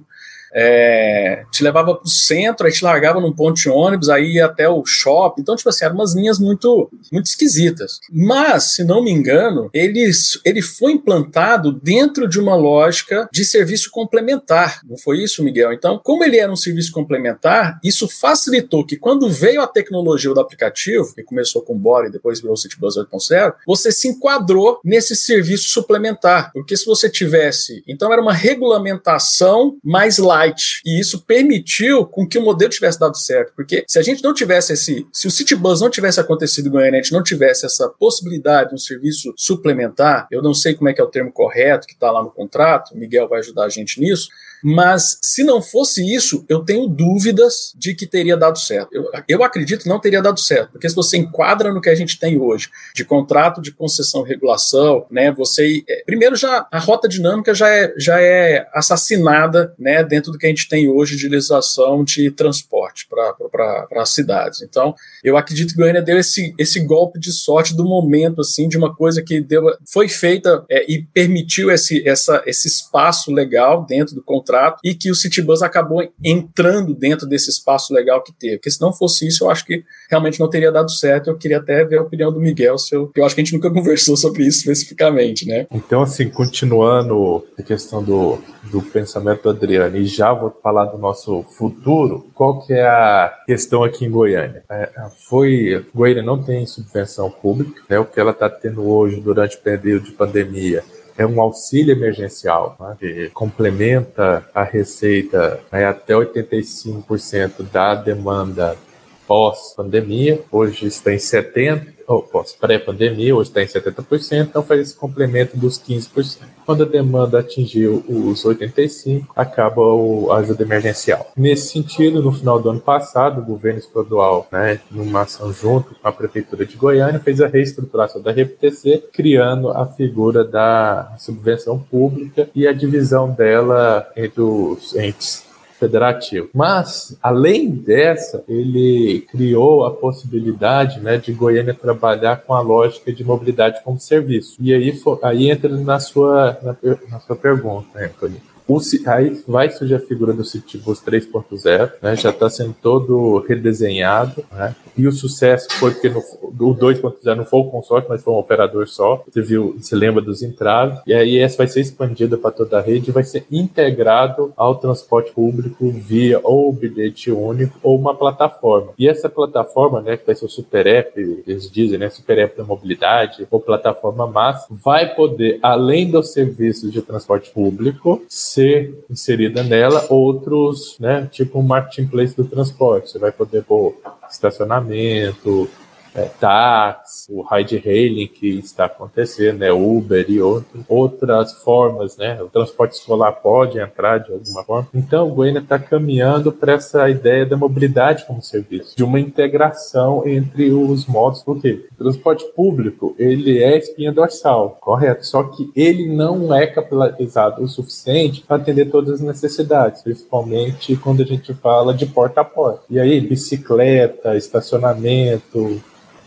É, te levava pro centro, aí te largava num ponto de ônibus, aí ia até o shopping. Então, tipo assim, eram umas linhas muito, muito esquisitas. Mas, se não me engano, ele, ele foi implantado dentro de uma lógica de serviço complementar. Não foi isso, Miguel? Então, como ele era um serviço complementar, isso facilitou que quando veio a tecnologia do aplicativo, que começou com o Bora e depois virou o Citybus oito ponto zero, você se enquadrou nesse serviço suplementar. Porque se você tivesse... Então, era uma regulamentação mais light. E isso permitiu com que o modelo tivesse dado certo, porque se a gente não tivesse esse, se o Citybus não tivesse acontecido em Goiânia, a gente não tivesse essa possibilidade de um serviço suplementar, eu não sei como é que é o termo correto que está lá no contrato, o Miguel vai ajudar a gente nisso, Mas se não fosse isso, eu tenho dúvidas de que teria dado certo. Eu, eu acredito que não teria dado certo, porque se você enquadra no que a gente tem hoje, de contrato de concessão e regulação, né, você, primeiro já a rota dinâmica já é, já é assassinada, né, dentro do que a gente tem hoje de legislação de transporte para as cidades. Então, eu acredito que Goiânia deu esse, esse golpe de sorte do momento, assim, de uma coisa que deu, foi feita é, e permitiu esse, essa, esse espaço legal dentro do contrato e que o Citybus acabou entrando dentro desse espaço legal que teve. Porque se não fosse isso, eu acho que realmente não teria dado certo. Eu queria até ver a opinião do Miguel, seu, que eu acho que a gente nunca conversou sobre isso especificamente, né? Então, assim, continuando a questão do, do pensamento do Adriano, e já vou falar do nosso futuro, qual que é a questão aqui em Goiânia? É, foi, Goiânia não tem subvenção pública, né? O que ela está tendo hoje durante o período de pandemia é um auxílio emergencial, né, que complementa a receita, né, até oitenta e cinco por cento da demanda pós-pandemia. Hoje está em setenta por cento, ou pós-pré-pandemia, hoje está em setenta por cento, então faz esse complemento dos quinze por cento. Quando a demanda atingiu os oitenta e cinco por cento, acaba o, a ajuda emergencial. Nesse sentido, no final do ano passado, o governo estadual, né, numa ação junto com a Prefeitura de Goiânia, fez a reestruturação da R P T C, criando a figura da subvenção pública e a divisão dela entre os entes federativo. Mas, além dessa, ele criou a possibilidade, né, de Goiânia trabalhar com a lógica de mobilidade como serviço. E aí, aí entra na sua, na, na sua pergunta, né, Antônio? O, aí vai surgir a figura do Citybus três ponto zero, né, já está sendo todo redesenhado, né, e o sucesso foi porque no, o dois ponto zero não foi o consórcio, mas foi um operador só. Você viu, você lembra dos entraves, e aí essa vai ser expandida para toda a rede e vai ser integrado ao transporte público via ou bilhete único ou uma plataforma. E essa plataforma, né, que vai ser o Super App, eles dizem, né, Super App da mobilidade ou plataforma massa, vai poder, além dos serviços de transporte público, ser inserida nela outros, né, tipo um marketplace do transporte. Você vai poder pôr estacionamento, é, táxi, o ride-hailing que está acontecendo, né, Uber e outro, outras formas, né, o transporte escolar pode entrar de alguma forma. Então, o Goiânia está caminhando para essa ideia da mobilidade como serviço, de uma integração entre os modos, porque o transporte público, ele é espinha dorsal, correto, só que ele não é capitalizado o suficiente para atender todas as necessidades, principalmente quando a gente fala de porta a porta. E aí, bicicleta, estacionamento,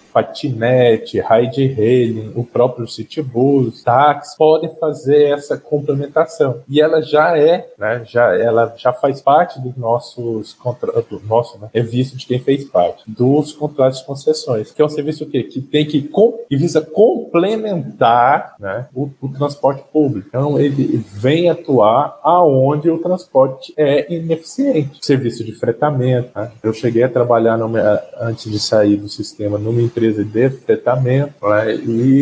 patinete, ride-hailing, o próprio Citybus, táxi, podem fazer essa complementação. E ela já é, né, já, ela já faz parte dos nossos contratos, nosso, né, é visto de quem fez parte, dos contratos de concessões, que é um serviço que, que tem que, com, que visa complementar, né, o, o transporte público. Então, ele vem atuar aonde o transporte é ineficiente. Serviço de fretamento, né? Eu cheguei a trabalhar numa, antes de sair do sistema numa empresa de fretamento, né?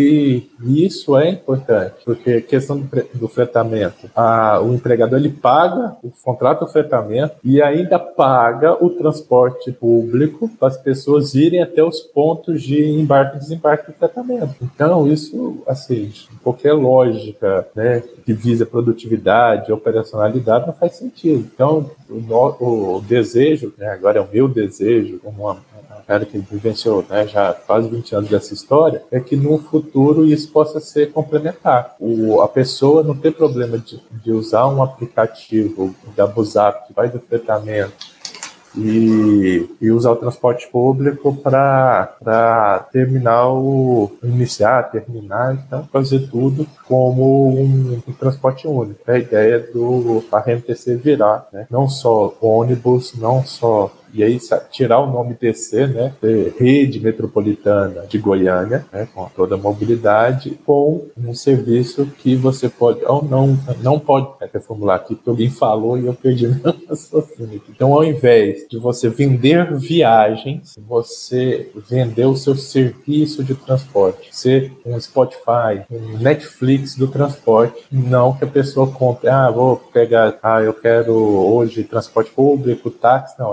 E isso é importante, porque a questão do, do fretamento, a, o empregador ele paga o contrato do fretamento e ainda paga o transporte público para as pessoas irem até os pontos de embarque e desembarque do fretamento. Então, isso, assim, qualquer lógica, né, que visa produtividade, operacionalidade, não faz sentido. Então, o, o desejo, né, agora é o meu desejo, como uma cara que vivenciou, né, já quase vinte anos dessa história, é que no futuro isso possa ser complementar. O, a pessoa não tem problema de, de usar um aplicativo da Busap que faz o fretamento e, e usar o transporte público para terminar o iniciar, terminar, então fazer tudo como um, um transporte único. É a ideia do a R M T C virar, né? Não só ônibus, não só e aí tirar o nome T C, né, Rede Metropolitana de Goiânia, né, com toda a mobilidade, com um serviço que você pode ou não, não pode reformular aqui, porque alguém falou e eu perdi meu raciocínio. Então, ao invés de você vender viagens, você vender o seu serviço de transporte, ser um Spotify, um Netflix do transporte, não que a pessoa compre, ah, vou pegar, ah, eu quero hoje transporte público, táxi, não, ela vai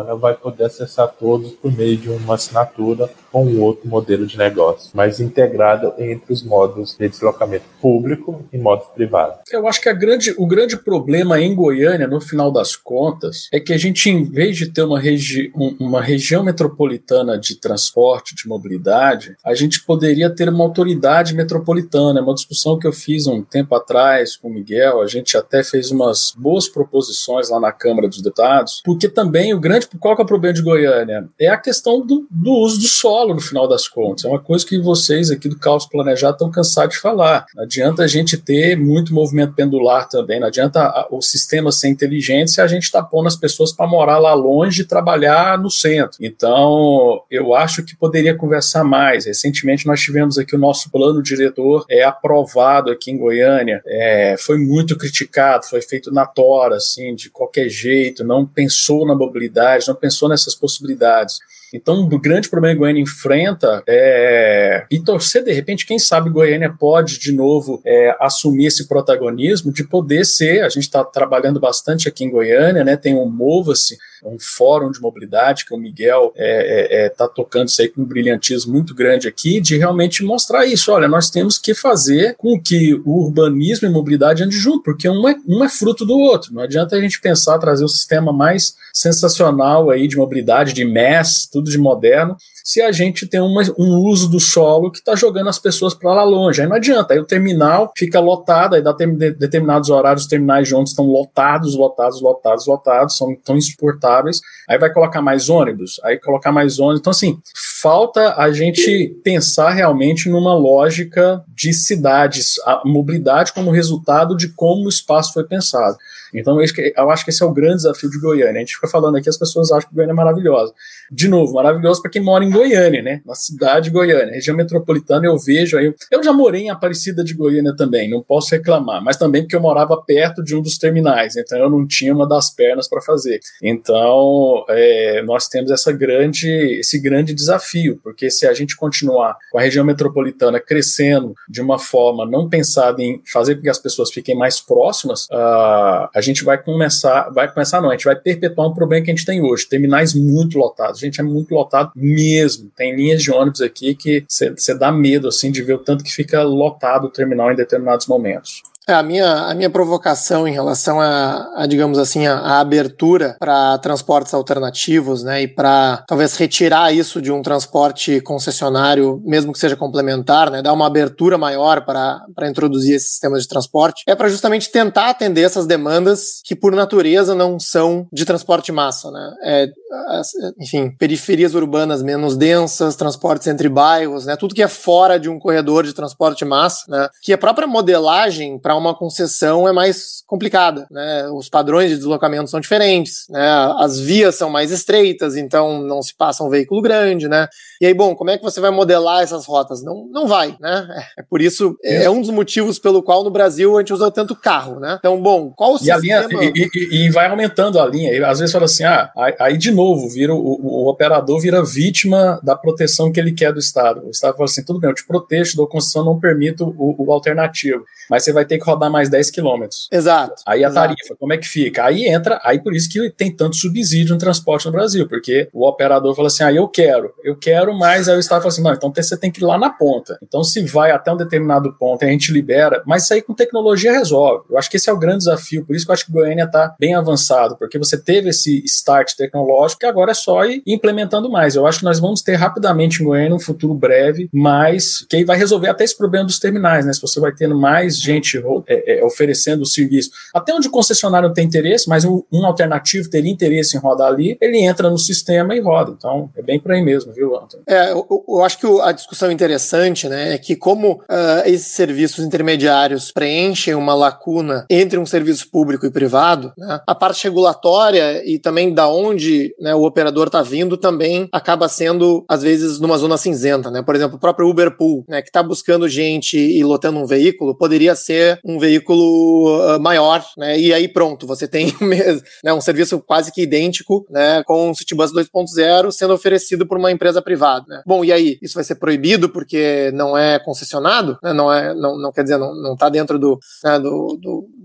poder acessar todos por meio de uma assinatura ou um outro modelo de negócio, mas integrado entre os modos de deslocamento público e modos privados. Eu acho que a grande, o grande problema em Goiânia, no final das contas, é que a gente, em vez de ter uma, regi uma região metropolitana de transporte, de mobilidade, a gente poderia ter uma autoridade metropolitana. É uma discussão que eu fiz um tempo atrás com o Miguel, a gente até fez umas boas proposições lá na Câmara dos Deputados, porque também o grande, qual que é o problema de Goiânia? É a questão do, do uso do solo, no final das contas. É uma coisa que vocês aqui do Caos Planejado estão cansados de falar. Não adianta a gente ter muito movimento pendular também, não adianta a, o sistema ser inteligente se a gente está pondo as pessoas para morar lá longe e trabalhar no centro. Então, eu acho que poderia conversar mais. Recentemente nós tivemos aqui o nosso plano diretor é aprovado aqui em Goiânia, é, foi muito criticado, foi feito na tora, assim, de qualquer jeito, não pensou na mobilidade, não pensou nessas possibilidades. Então, o grande problema que Goiânia enfrenta é... E torcer, de repente, quem sabe Goiânia pode, de novo, é, assumir esse protagonismo de poder ser... A gente está trabalhando bastante aqui em Goiânia, né? Tem um Mova-se, um fórum de mobilidade que o Miguel está é, é, é, tocando isso aí com um brilhantismo muito grande aqui, de realmente mostrar isso. Olha, nós temos que fazer com que o urbanismo e mobilidade andem junto, porque um é, um é fruto do outro. Não adianta a gente pensar, trazer o sistema mais sensacional aí de mobilidade, de mass, tudo de moderno, se a gente tem uma, um uso do solo que está jogando as pessoas para lá longe. Aí não adianta, aí o terminal fica lotado, aí dá ter, de, determinados horários, os terminais de ônibus estão lotados, lotados, lotados, lotados, são tão insuportáveis, aí vai colocar mais ônibus, aí colocar mais ônibus, então assim, falta a gente pensar realmente numa lógica de cidades, a mobilidade como resultado de como o espaço foi pensado. Então eu acho que esse é o grande desafio de Goiânia. A gente fica falando aqui, as pessoas acham que Goiânia é maravilhosa. De novo, maravilhoso para quem mora em Goiânia, né? Na cidade de Goiânia, região metropolitana, eu vejo aí. Eu já morei em Aparecida de Goiânia também, não posso reclamar, mas também porque eu morava perto de um dos terminais, então eu não tinha uma das pernas para fazer. Então é, nós temos essa grande, esse grande desafio, porque se a gente continuar com a região metropolitana crescendo de uma forma não pensada em fazer com que as pessoas fiquem mais próximas, uh, a gente vai começar, vai começar não, a gente vai perpetuar um problema que a gente tem hoje, terminais muito lotados. Gente, é muito lotado mesmo. Tem linhas de ônibus aqui que você dá medo, assim, de ver o tanto que fica lotado o terminal em determinados momentos. É, a minha, a minha provocação em relação a, a digamos assim, a, a abertura para transportes alternativos, né, e para talvez retirar isso de um transporte concessionário, mesmo que seja complementar, né, dar uma abertura maior para para introduzir esses sistemas de transporte, é para justamente tentar atender essas demandas que, por natureza, não são de transporte massa, né, é, enfim, periferias urbanas menos densas, transportes entre bairros, né, tudo que é fora de um corredor de transporte massa, né, que a própria modelagem para uma concessão é mais complicada, né? Os padrões de deslocamento são diferentes, né? As vias são mais estreitas, então não se passa um veículo grande, né? E aí, bom, como é que você vai modelar essas rotas? Não, não vai, né? É, é por isso, é, é um dos motivos pelo qual no Brasil a gente usa tanto carro, né? Então, bom, qual o e sistema... A linha, e, e, e vai aumentando a linha, e às vezes fala assim, ah, aí de novo, vira o, o, o operador vira vítima da proteção que ele quer do Estado. O Estado fala assim, tudo bem, eu te protejo, dou concessão, não permito o, o alternativo, mas você vai ter que rodar mais dez quilômetros. Exato. Aí a exato. tarifa, como é que fica? Aí entra, aí por isso que tem tanto subsídio no transporte no Brasil, porque o operador fala assim, ah, eu quero, eu quero, mas aí o Estado fala assim, não, então você tem que ir lá na ponta. Então se vai até um determinado ponto, a gente libera, mas isso aí com tecnologia resolve. Eu acho que esse é o grande desafio, por isso que eu acho que Goiânia está bem avançado, porque você teve esse start tecnológico que agora é só ir implementando mais. Eu acho que nós vamos ter rapidamente em Goiânia, um futuro breve, mas que aí vai resolver até esse problema dos terminais, né? Se você vai tendo mais gente é, é, oferecendo o serviço. Até onde o concessionário tem interesse, mas um, um alternativo teria interesse em rodar ali, ele entra no sistema e roda. Então, é bem por aí mesmo, viu, Antônio? É, eu, eu acho que a discussão interessante, né, é que como uh, esses serviços intermediários preenchem uma lacuna entre um serviço público e privado, né, a parte regulatória e também da onde, né, o operador está vindo também acaba sendo, às vezes, numa zona cinzenta, né? Por exemplo, o próprio Uber Pool, né, que está buscando gente e lotando um veículo, poderia ser um veículo uh, maior, né? E aí pronto, você tem né, um serviço quase que idêntico, né, com o Citybus dois ponto zero sendo oferecido por uma empresa privada, né? Bom, e aí? Isso vai ser proibido porque não é concessionado? Né? Não, é, não, não quer dizer, não, não tá dentro do, né, do, do,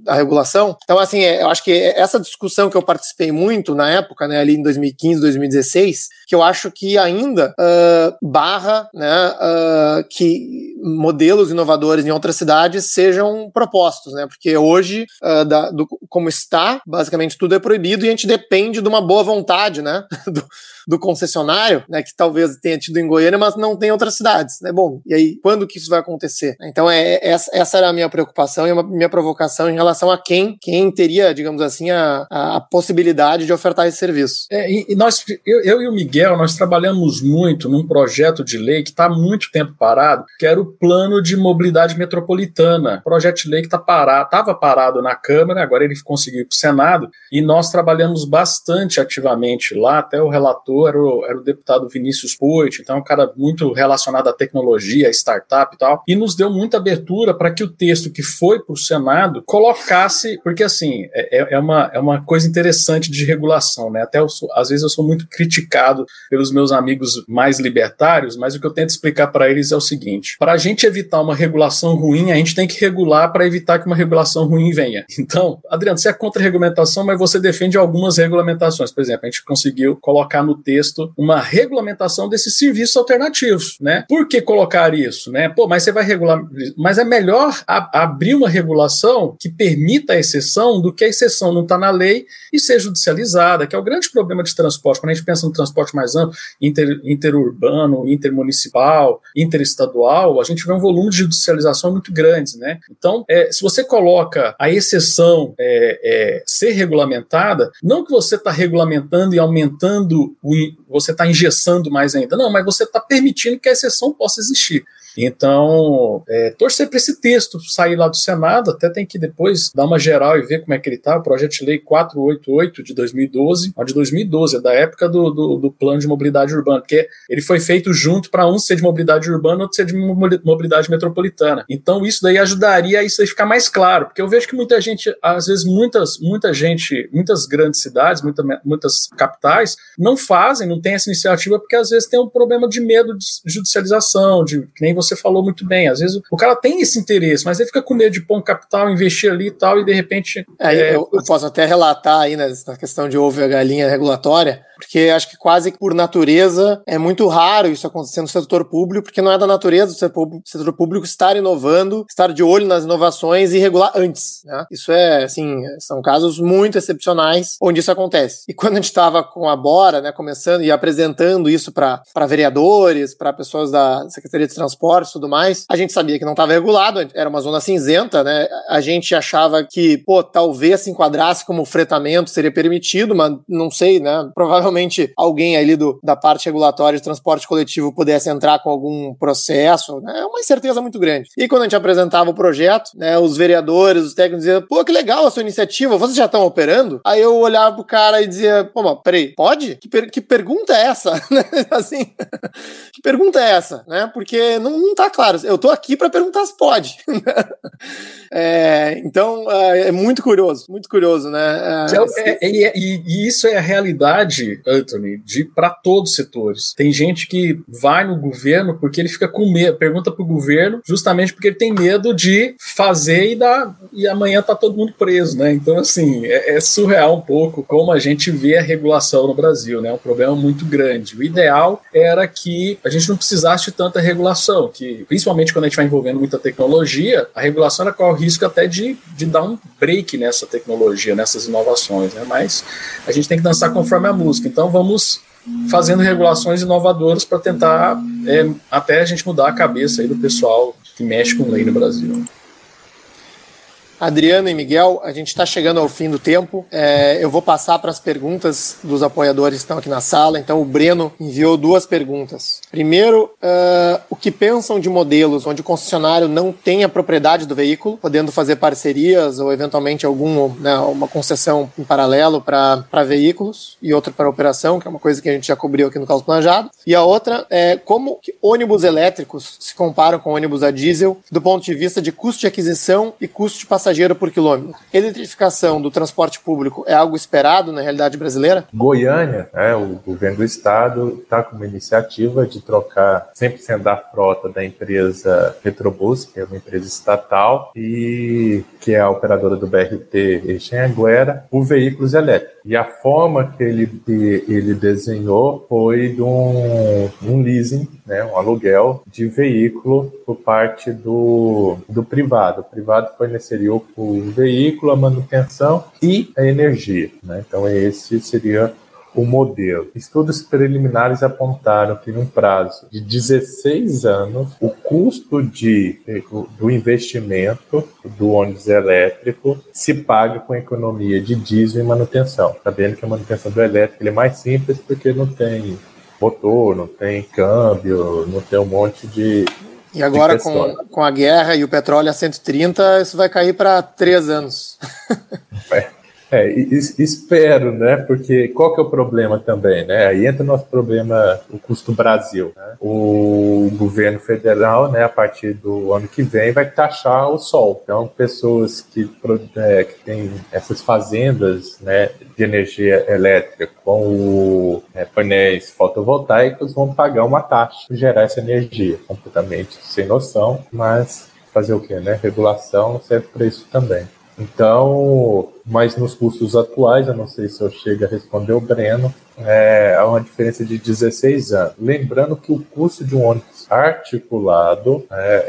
da regulação. Então, assim, eu acho que essa discussão que eu participei muito na época, né, ali em dois mil e quinze, dois mil e dezesseis, que eu acho que ainda uh, barra, né, uh, que modelos inovadores em outras cidades sejam propostos, né, porque hoje, uh, da, do, como está, basicamente tudo é proibido e a gente depende de uma boa vontade, né, do, do concessionário, né, que talvez tenha tido em Goiânia, mas não tem em outras cidades, né, bom, e aí, quando que isso vai acontecer? Então, é, essa, essa era a minha preocupação e a minha provocação em relação a quem, quem teria, digamos assim, a, a possibilidade de ofertar esse serviço. É, e, e nós, eu, eu e o Miguel, nós trabalhamos muito num projeto de lei que está há muito tempo parado, que era o Plano de Mobilidade Metropolitana, projeto de lei que está parado, estava parado na Câmara, agora ele conseguiu ir para o Senado, e nós trabalhamos bastante ativamente lá, até o relator era o, era o deputado Vinícius Poit, então um cara muito relacionado à tecnologia, à startup e tal, e nos deu muita abertura para que o texto que foi para o Senado colocasse, porque assim, é, é, uma, é uma coisa interessante de regulação, né? Até eu sou, às vezes eu sou muito criticado pelos meus amigos mais libertários, mas o que eu tento explicar para eles é o seguinte: para a gente evitar uma regulação ruim, a gente tem que regular para evitar que uma regulação ruim venha. Então, Adriano, você é contra a regulamentação, mas você defende algumas regulamentações. Por exemplo, a gente conseguiu colocar no texto uma regulamentação desses serviços alternativos, né? Por que colocar isso, né? Pô, mas você vai regular, mas é melhor a, abrir uma regulação que permita a exceção do que a exceção não está na lei e ser judicializada, que é o grande problema de transporte. Quando a gente pensa no transporte mais amplo, inter, interurbano, intermunicipal, interestadual, a gente vê um volume de judicialização muito grande, né? Então, é, se você coloca a exceção é, é, ser regulamentada, não que você está regulamentando e aumentando, o, você está engessando mais ainda, não, mas você está permitindo que a exceção possa existir. Então, é, torcer para esse texto sair lá do Senado, até tem que depois dar uma geral e ver como é que ele está, o projeto de lei quatrocentos e oitenta e oito de dois mil e doze, ó, de dois mil e doze, é da época do, do, do plano de mobilidade urbana, porque ele foi feito junto para um ser de mobilidade urbana, outro ser de mobilidade metropolitana. Então, isso daí ajudaria a isso aí ficar mais claro, porque eu vejo que muita gente, às vezes muitas, muita gente, muitas grandes cidades, muita, muitas capitais, não fazem, não tem essa iniciativa, porque às vezes tem um problema de medo de judicialização, de que nem você falou muito bem, às vezes o cara tem esse interesse, mas ele fica com medo de pôr um capital, investir ali e tal, e de repente... É, é... Eu, eu posso até relatar aí né, na questão de ovo e a galinha regulatória, porque acho que quase que por natureza é muito raro isso acontecer no setor público, porque não é da natureza do setor público estar inovando, estar de olho nas inovações e regular antes, né? Isso é, assim, são casos muito excepcionais onde isso acontece. E quando a gente estava com a Bora, né, começando e apresentando isso para vereadores, para pessoas da Secretaria de Transportes e tudo mais, a gente sabia que não estava regulado, era uma zona cinzenta, né? A gente achava que, pô, talvez se enquadrasse como fretamento seria permitido, mas não sei, né? Provavelmente alguém ali do, da parte regulatória de transporte coletivo pudesse entrar com algum processo, né? É uma incerteza muito grande. E quando a gente apresentava o projeto, né, os vereadores, os técnicos diziam, pô, que legal a sua iniciativa, vocês já estão operando? Aí eu olhava pro cara e dizia, pô, mas peraí, pode? Que, per- que pergunta é essa? Assim, que pergunta é essa? Né? Porque não, não tá claro. Eu tô aqui para perguntar se pode. É, então, é, é muito curioso, muito curioso, né? É, é, é, e, e isso é a realidade, Anthony, de para todos os setores. Tem gente que vai no governo porque ele fica com medo, pergunta pro governo justamente porque ele tem medo de fazer e, dar, e amanhã tá todo mundo preso, né? Então, assim, é, é surreal um pouco como a gente vê a regulação no Brasil, né? É um problema muito grande. O ideal era que a gente não precisasse de tanta regulação, que principalmente quando a gente vai envolvendo muita tecnologia, a regulação ela corre o risco até de, de dar um break nessa tecnologia, nessas inovações, né? Mas a gente tem que dançar conforme a música. Então vamos fazendo regulações inovadoras para tentar é, até a gente mudar a cabeça aí do pessoal que mexe com lei no Brasil. Adriano e Miguel, a gente está chegando ao fim do tempo. É, eu vou passar para as perguntas dos apoiadores que estão aqui na sala. Então, o Breno enviou duas perguntas. Primeiro, uh, o que pensam de modelos onde o concessionário não tem a propriedade do veículo, podendo fazer parcerias ou, eventualmente, alguma né, uma concessão em paralelo para veículos e outra para operação, que é uma coisa que a gente já cobriu aqui no Caos Planejado. E a outra é como que ônibus elétricos se comparam com ônibus a diesel do ponto de vista de custo de aquisição e custo de passageiro passageiro por quilômetro. Eletrificação do transporte público é algo esperado na realidade brasileira? Goiânia, né, o governo do estado está com uma iniciativa de trocar cem por cento da frota da empresa Petrobus, que é uma empresa estatal, e que é a operadora do B R T Eixo-Anhanguera, por veículos elétricos. E a forma que ele, que ele desenhou foi de um, um leasing, né, um aluguel de veículo por parte do, do privado. O privado forneceria o veículo, a manutenção e a energia, né? Então esse seria o modelo. Estudos preliminares apontaram que, num prazo de dezesseis anos, o custo de, do investimento do ônibus elétrico se paga com economia de diesel e manutenção. Sabendo que a manutenção do elétrico ele é mais simples porque não tem motor, não tem câmbio, não tem um monte de... E agora, com, com a guerra e o petróleo a cento e trinta, isso vai cair para três anos. É. É, espero, né? Porque qual que é o problema também, né? Aí entra o nosso problema, o custo Brasil, né? O governo federal, né, a partir do ano que vem, vai taxar o sol. Então, pessoas que, é, que têm essas fazendas, né, de energia elétrica com o, é, painéis fotovoltaicos vão pagar uma taxa para gerar essa energia. Completamente sem noção, mas fazer o quê, né? Regulação serve para isso também. Então, mas nos custos atuais, eu não sei se eu chego a responder o Breno, é, há uma diferença de dezesseis anos. Lembrando que o custo de um ônibus articulado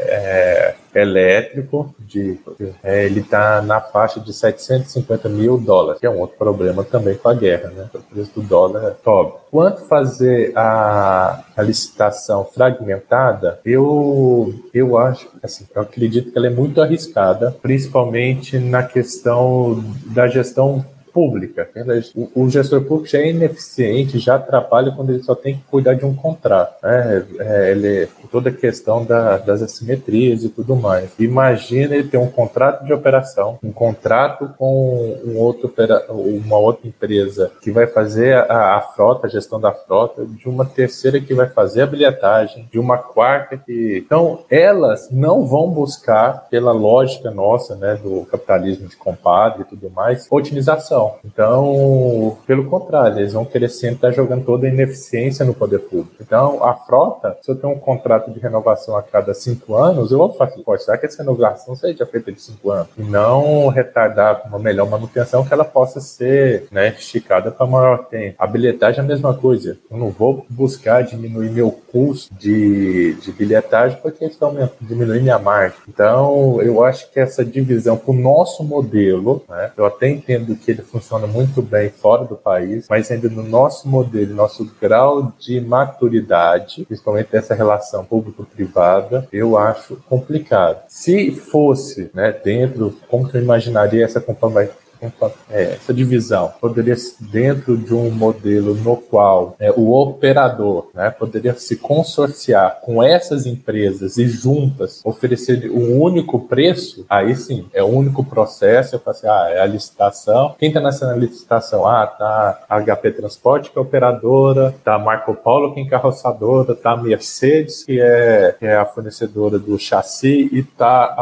é, é, elétrico, de, é, ele está na faixa de setecentos e cinquenta mil dólares, que é um outro problema também com a guerra, né? O preço do dólar é top. Quanto fazer a, a licitação fragmentada, eu, eu acho, assim, eu acredito que ela é muito arriscada, principalmente na questão da gestão pública. O, o gestor público já é ineficiente, já atrapalha quando ele só tem que cuidar de um contrato, né? É, ele, toda a questão da, das assimetrias e tudo mais. Imagina ele ter um contrato de operação, um contrato com um outro, uma outra empresa que vai fazer a, a frota, a gestão da frota, de uma terceira que vai fazer a bilhetagem, de uma quarta que... Então, elas não vão buscar, pela lógica nossa, né, do capitalismo de compadre e tudo mais, otimização. Então, pelo contrário, eles vão querer sempre estar jogando toda a ineficiência no poder público. Então, a frota, se eu tenho um contrato de renovação a cada cinco anos, eu vou fazer, pode ser que essa renovação seja feita de cinco anos e não retardar uma melhor manutenção que ela possa ser, né, esticada para maior tempo. A bilhetagem é a mesma coisa. Eu não vou buscar diminuir meu custo de, de bilhetagem porque isso aumenta, diminuir minha margem. Então, eu acho que essa divisão para o nosso modelo, né, eu até entendo que ele funciona muito bem fora do país, mas ainda no nosso modelo, nosso grau de maturidade, principalmente dessa relação público-privada, eu acho complicado. Se fosse, né, dentro, como que eu imaginaria essa companhia, É, essa divisão poderia ser dentro de um modelo no qual é, o operador, né, poderia se consorciar com essas empresas e juntas oferecer um único preço, aí sim, é o único processo. Eu falo assim, ah, é a licitação. Quem está nessa licitação? Ah, tá a H P Transporte, que é a operadora, tá a Marco Polo, que é a encarroçadora, tá a Mercedes, que é, que é a fornecedora do chassi, e tá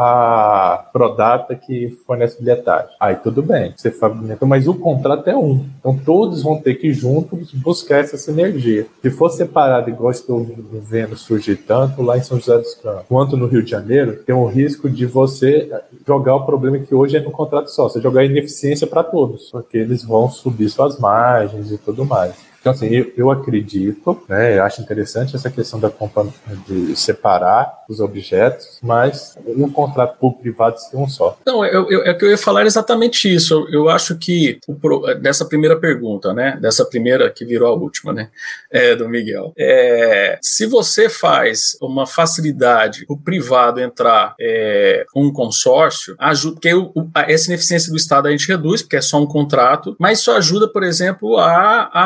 a Prodata, que fornece bilhetagem. Aí tudo bem, você fragmentou, mas o contrato é um. Então todos vão ter que juntos buscar essa sinergia. Se for separado, igual estou vendo surgir tanto lá em São José dos Campos quanto no Rio de Janeiro, tem um risco de você jogar o problema que hoje é no contrato só, você jogar ineficiência para todos, porque eles vão subir suas margens e tudo mais. Então, assim, eu, eu acredito, né, eu acho interessante essa questão da de separar os objetos, mas um contrato público-privado ser um só. Não, eu, eu, é que eu ia falar exatamente isso. Eu, eu acho que, o, dessa primeira pergunta, né, dessa primeira que virou a última, né, é, do Miguel, é, se você faz uma facilidade para o privado entrar é, com um consórcio, ajuda, porque o, a, essa ineficiência do Estado a gente reduz, porque é só um contrato, mas isso ajuda, por exemplo, a, a, a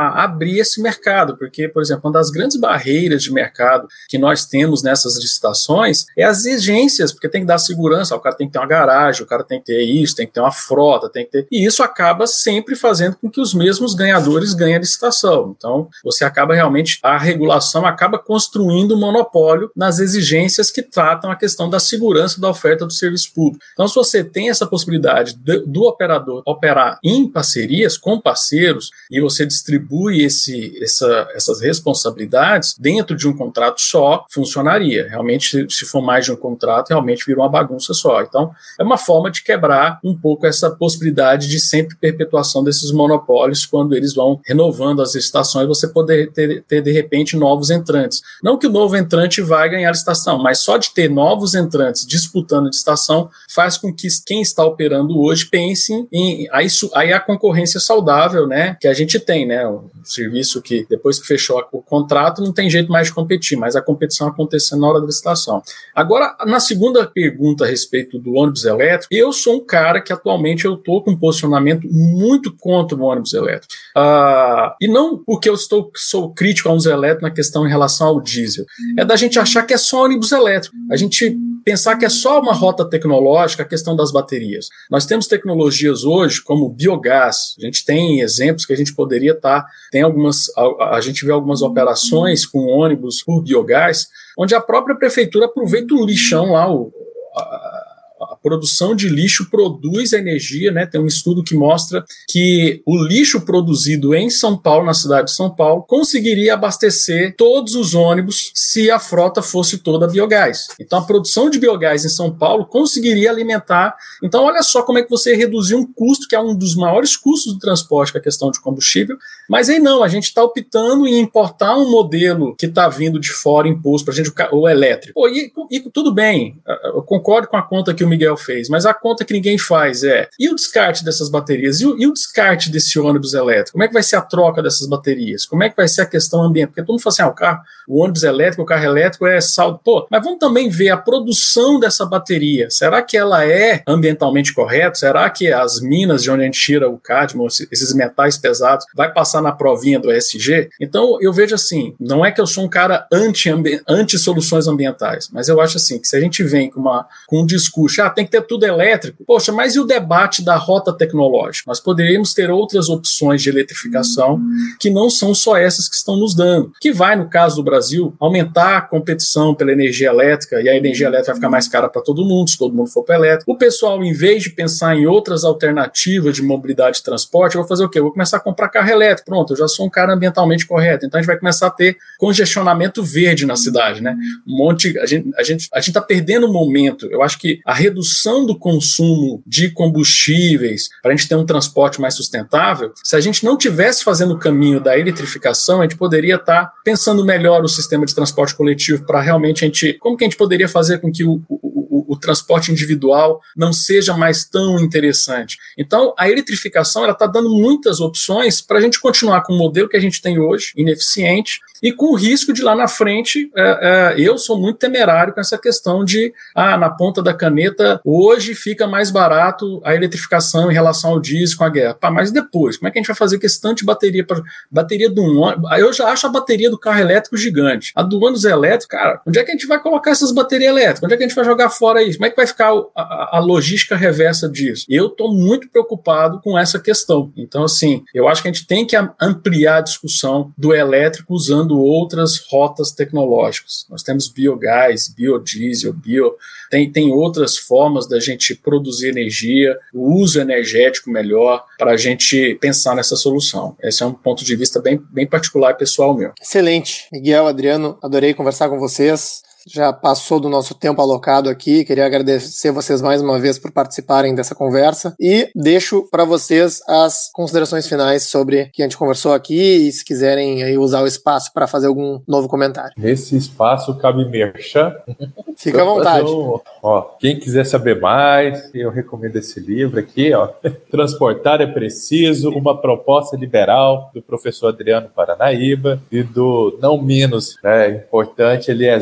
a abrir esse mercado, porque, por exemplo, uma das grandes barreiras de mercado que nós temos nessas licitações é as exigências, porque tem que dar segurança, o cara tem que ter uma garagem, o cara tem que ter isso, tem que ter uma frota, tem que ter... E isso acaba sempre fazendo com que os mesmos ganhadores ganhem a licitação. Então, você acaba realmente, a regulação acaba construindo um monopólio nas exigências que tratam a questão da segurança da oferta do serviço público. Então, se você tem essa possibilidade do, do operador operar em parcerias com parceiros e você distribui esse, essa, essas responsabilidades dentro de um contrato só, funcionaria. Realmente, se, se for mais de um contrato, realmente vira uma bagunça só. Então, é uma forma de quebrar um pouco essa possibilidade de sempre perpetuação desses monopólios quando eles vão renovando as licitações, você poder ter, ter, de repente, novos entrantes. Não que o novo entrante vai ganhar a licitação, mas só de ter novos entrantes disputando a licitação faz com que quem está operando hoje pense em... Aí, aí a concorrência saudável, né, que a gente tem, né, o serviço que depois que fechou o contrato não tem jeito mais de competir, mas a competição acontecendo na hora da licitação. Agora, na segunda pergunta a respeito do ônibus elétrico, eu sou um cara que atualmente eu estou com um posicionamento muito contra o ônibus elétrico. Uh, e não porque eu estou, sou crítico ao ônibus elétrico na questão em relação ao diesel. É da gente achar que é só ônibus elétrico. A gente pensar que é só uma rota tecnológica a questão das baterias. Nós temos tecnologias hoje como biogás. A gente tem exemplos que a gente poderia estar... Tá, tem algumas... A, a gente vê algumas operações com ônibus por biogás, onde a própria prefeitura aproveita o lixão lá, o, a, a produção de lixo produz energia, né? Tem um estudo que mostra que o lixo produzido em São Paulo, na cidade de São Paulo, conseguiria abastecer todos os ônibus se a frota fosse toda biogás. Então, a produção de biogás em São Paulo conseguiria alimentar. Então, olha só como é que você reduziu um custo, que é um dos maiores custos do transporte, que é a questão de combustível. Mas aí não, a gente está optando em importar um modelo que está vindo de fora, imposto para a gente, o elétrico. Pô, e, e tudo bem, eu concordo com a conta que o Miguel fez, mas a conta que ninguém faz é, e o descarte dessas baterias? E o, e o descarte desse ônibus elétrico? Como é que vai ser a troca dessas baterias? Como é que vai ser a questão ambiental? Porque todo mundo fala assim, ah, o carro, o ônibus elétrico, o carro elétrico é saldo. Pô, mas vamos também ver a produção dessa bateria. Será que ela é ambientalmente correta? Será que as minas de onde a gente tira o cádmio, esses metais pesados, vai passar na provinha do E S G? Então, eu vejo assim, não é que eu sou um cara anti-soluções anti ambientais, mas eu acho assim, que se a gente vem com, uma, com um discurso, ah, tem que ter tudo elétrico, poxa, mas e o debate da rota tecnológica? Nós poderíamos ter outras opções de eletrificação que não são só essas que estão nos dando, que vai, no caso do Brasil, aumentar a competição pela energia elétrica, e a energia elétrica vai ficar mais cara para todo mundo, se todo mundo for para elétrico. O pessoal, em vez de pensar em outras alternativas de mobilidade e transporte, eu vou fazer o quê? Eu vou começar a comprar carro elétrico. Pronto, eu já sou um cara ambientalmente correto. Então a gente vai começar a ter congestionamento verde na cidade, né? Um monte, a gente a gente a gente está perdendo o momento. Eu acho que a redução do consumo de combustíveis para a gente ter um transporte mais sustentável, se a gente não tivesse fazendo o caminho da eletrificação, a gente poderia estar tá pensando melhor o sistema de transporte coletivo para realmente a gente, como que a gente poderia fazer com que o, o, o, o transporte individual não seja mais tão interessante. Então, a eletrificação ela está dando muitas opções para a gente continuar com o modelo que a gente tem hoje, ineficiente, e com o risco de lá na frente, é, é, eu sou muito temerário com essa questão de, ah, na ponta da caneta, hoje fica mais barato a eletrificação em relação ao diesel com a guerra. Pá, mas depois, como é que a gente vai fazer com esse tanto de bateria? Pra, bateria do ônibus, eu já acho a bateria do carro elétrico gigante. A do ônibus elétrico, cara, onde é que a gente vai colocar essas baterias elétricas? Onde é que a gente vai jogar fora isso? Como é que vai ficar a, a logística reversa disso? Eu estou muito preocupado com essa questão. Então, assim, eu acho que a gente tem que ampliar a discussão do elétrico usando outras rotas tecnológicas. Nós temos biogás, biodiesel, bio... Tem, tem outras formas da gente produzir energia, o uso energético melhor para a gente pensar nessa solução. Esse é um ponto de vista bem, bem particular e pessoal meu. Excelente. Miguel, Adriano, adorei conversar com vocês. Já passou do nosso tempo alocado aqui, queria agradecer vocês mais uma vez por participarem dessa conversa e deixo para vocês as considerações finais sobre o que a gente conversou aqui e se quiserem aí usar o espaço para fazer algum novo comentário. Nesse espaço cabe merchan. Fica à vontade. Um, ó, quem quiser saber mais, eu recomendo esse livro aqui, ó, Transportar é Preciso, uma proposta liberal do professor Adriano Paranaíba e do, não menos, né, importante, Eliezer Bulhões.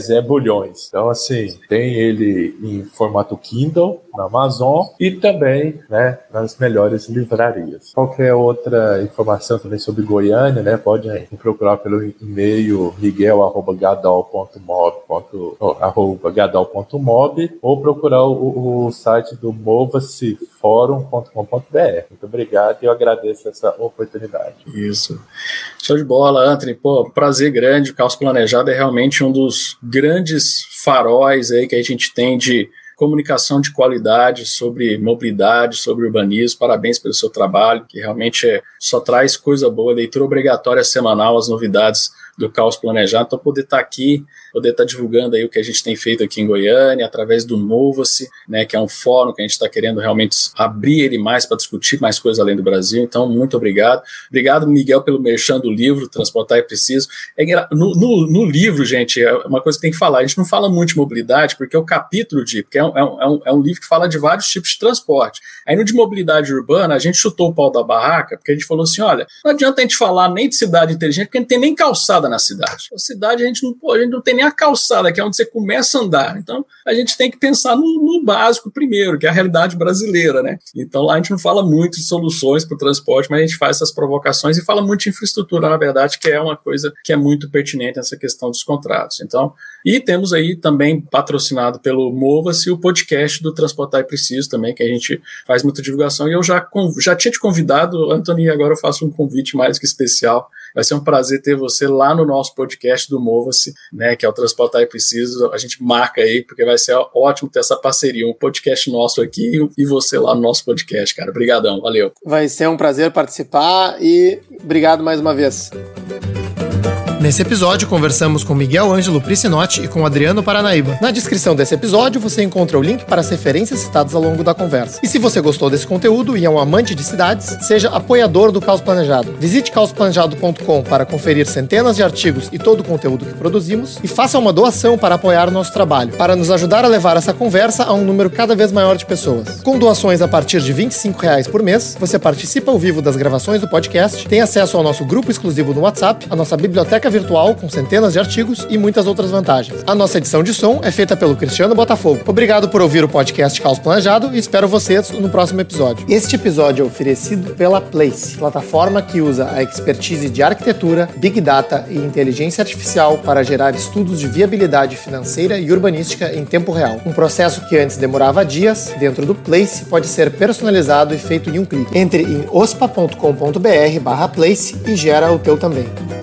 folhões. Então, assim, tem ele em formato Kindle na Amazon e também, né, nas melhores livrarias. Qualquer outra informação também sobre Goiânia, né, pode me procurar pelo e-mail miguel arroba gadol ponto mob ou procurar o, o site do mova-se fórum ponto com ponto b r. Muito obrigado e eu agradeço essa oportunidade. Isso. Show de bola, Anthony. Pô, prazer grande. O Caos Planejado é realmente um dos grandes faróis aí que a gente tem de comunicação de qualidade sobre mobilidade, sobre urbanismo. Parabéns pelo seu trabalho, que realmente é, só traz coisa boa, leitura obrigatória semanal, as novidades do Caos Planejado. Então, poder estar aqui, poder estar divulgando aí o que a gente tem feito aqui em Goiânia, através do Mova-se, né, que é um fórum que a gente está querendo realmente abrir ele mais para discutir mais coisas além do Brasil. Então, muito obrigado. Obrigado, Miguel, pelo merchan do livro, Transportar é Preciso. É, no, no, no livro, gente, é uma coisa que tem que falar. A gente não fala muito de mobilidade, porque é o capítulo de... Porque é um, é um, é um livro que fala de vários tipos de transporte. Aí, no de mobilidade urbana, a gente chutou o pau da barraca, porque a gente falou assim, olha, não adianta a gente falar nem de cidade inteligente, porque não tem nem calçada na cidade. A cidade, a gente não, pô, a gente não tem nem a calçada, que é onde você começa a andar. Então, a gente tem que pensar no, no básico primeiro, que é a realidade brasileira, né? Então, lá a gente não fala muito de soluções para o transporte, mas a gente faz essas provocações e fala muito de infraestrutura, na verdade, que é uma coisa que é muito pertinente nessa questão dos contratos. Então, e temos aí também, patrocinado pelo Mova-se, o podcast do Transportar é Preciso também, que a gente faz muita divulgação, e eu já, já tinha te convidado, Antônio, e agora eu faço um convite mais que especial. Vai ser um prazer ter você lá no nosso podcast do Mova-se, né, que é o Transportar é Preciso. A gente marca aí, porque vai ser ótimo ter essa parceria, um podcast nosso aqui e você lá no nosso podcast, cara. Obrigadão, valeu. Vai ser um prazer participar e obrigado mais uma vez. Nesse episódio, conversamos com Miguel Ângelo Priscinotti e com Adriano Paranaíba. Na descrição desse episódio, você encontra o link para as referências citadas ao longo da conversa. E se você gostou desse conteúdo e é um amante de cidades, seja apoiador do Caos Planejado. Visite caos planejado ponto com para conferir centenas de artigos e todo o conteúdo que produzimos e faça uma doação para apoiar o nosso trabalho, para nos ajudar a levar essa conversa a um número cada vez maior de pessoas. Com doações a partir de vinte e cinco reais por mês, você participa ao vivo das gravações do podcast, tem acesso ao nosso grupo exclusivo no WhatsApp, a nossa biblioteca virtual com centenas de artigos e muitas outras vantagens. A nossa edição de som é feita pelo Cristiano Botafogo. Obrigado por ouvir o podcast Caos Planejado e espero vocês no próximo episódio. Este episódio é oferecido pela Place, plataforma que usa a expertise de arquitetura, Big Data e inteligência artificial para gerar estudos de viabilidade financeira e urbanística em tempo real. Um processo que antes demorava dias, dentro do Place pode ser personalizado e feito em um clique. Entre em ospa ponto com ponto b r barra place e gera o teu também.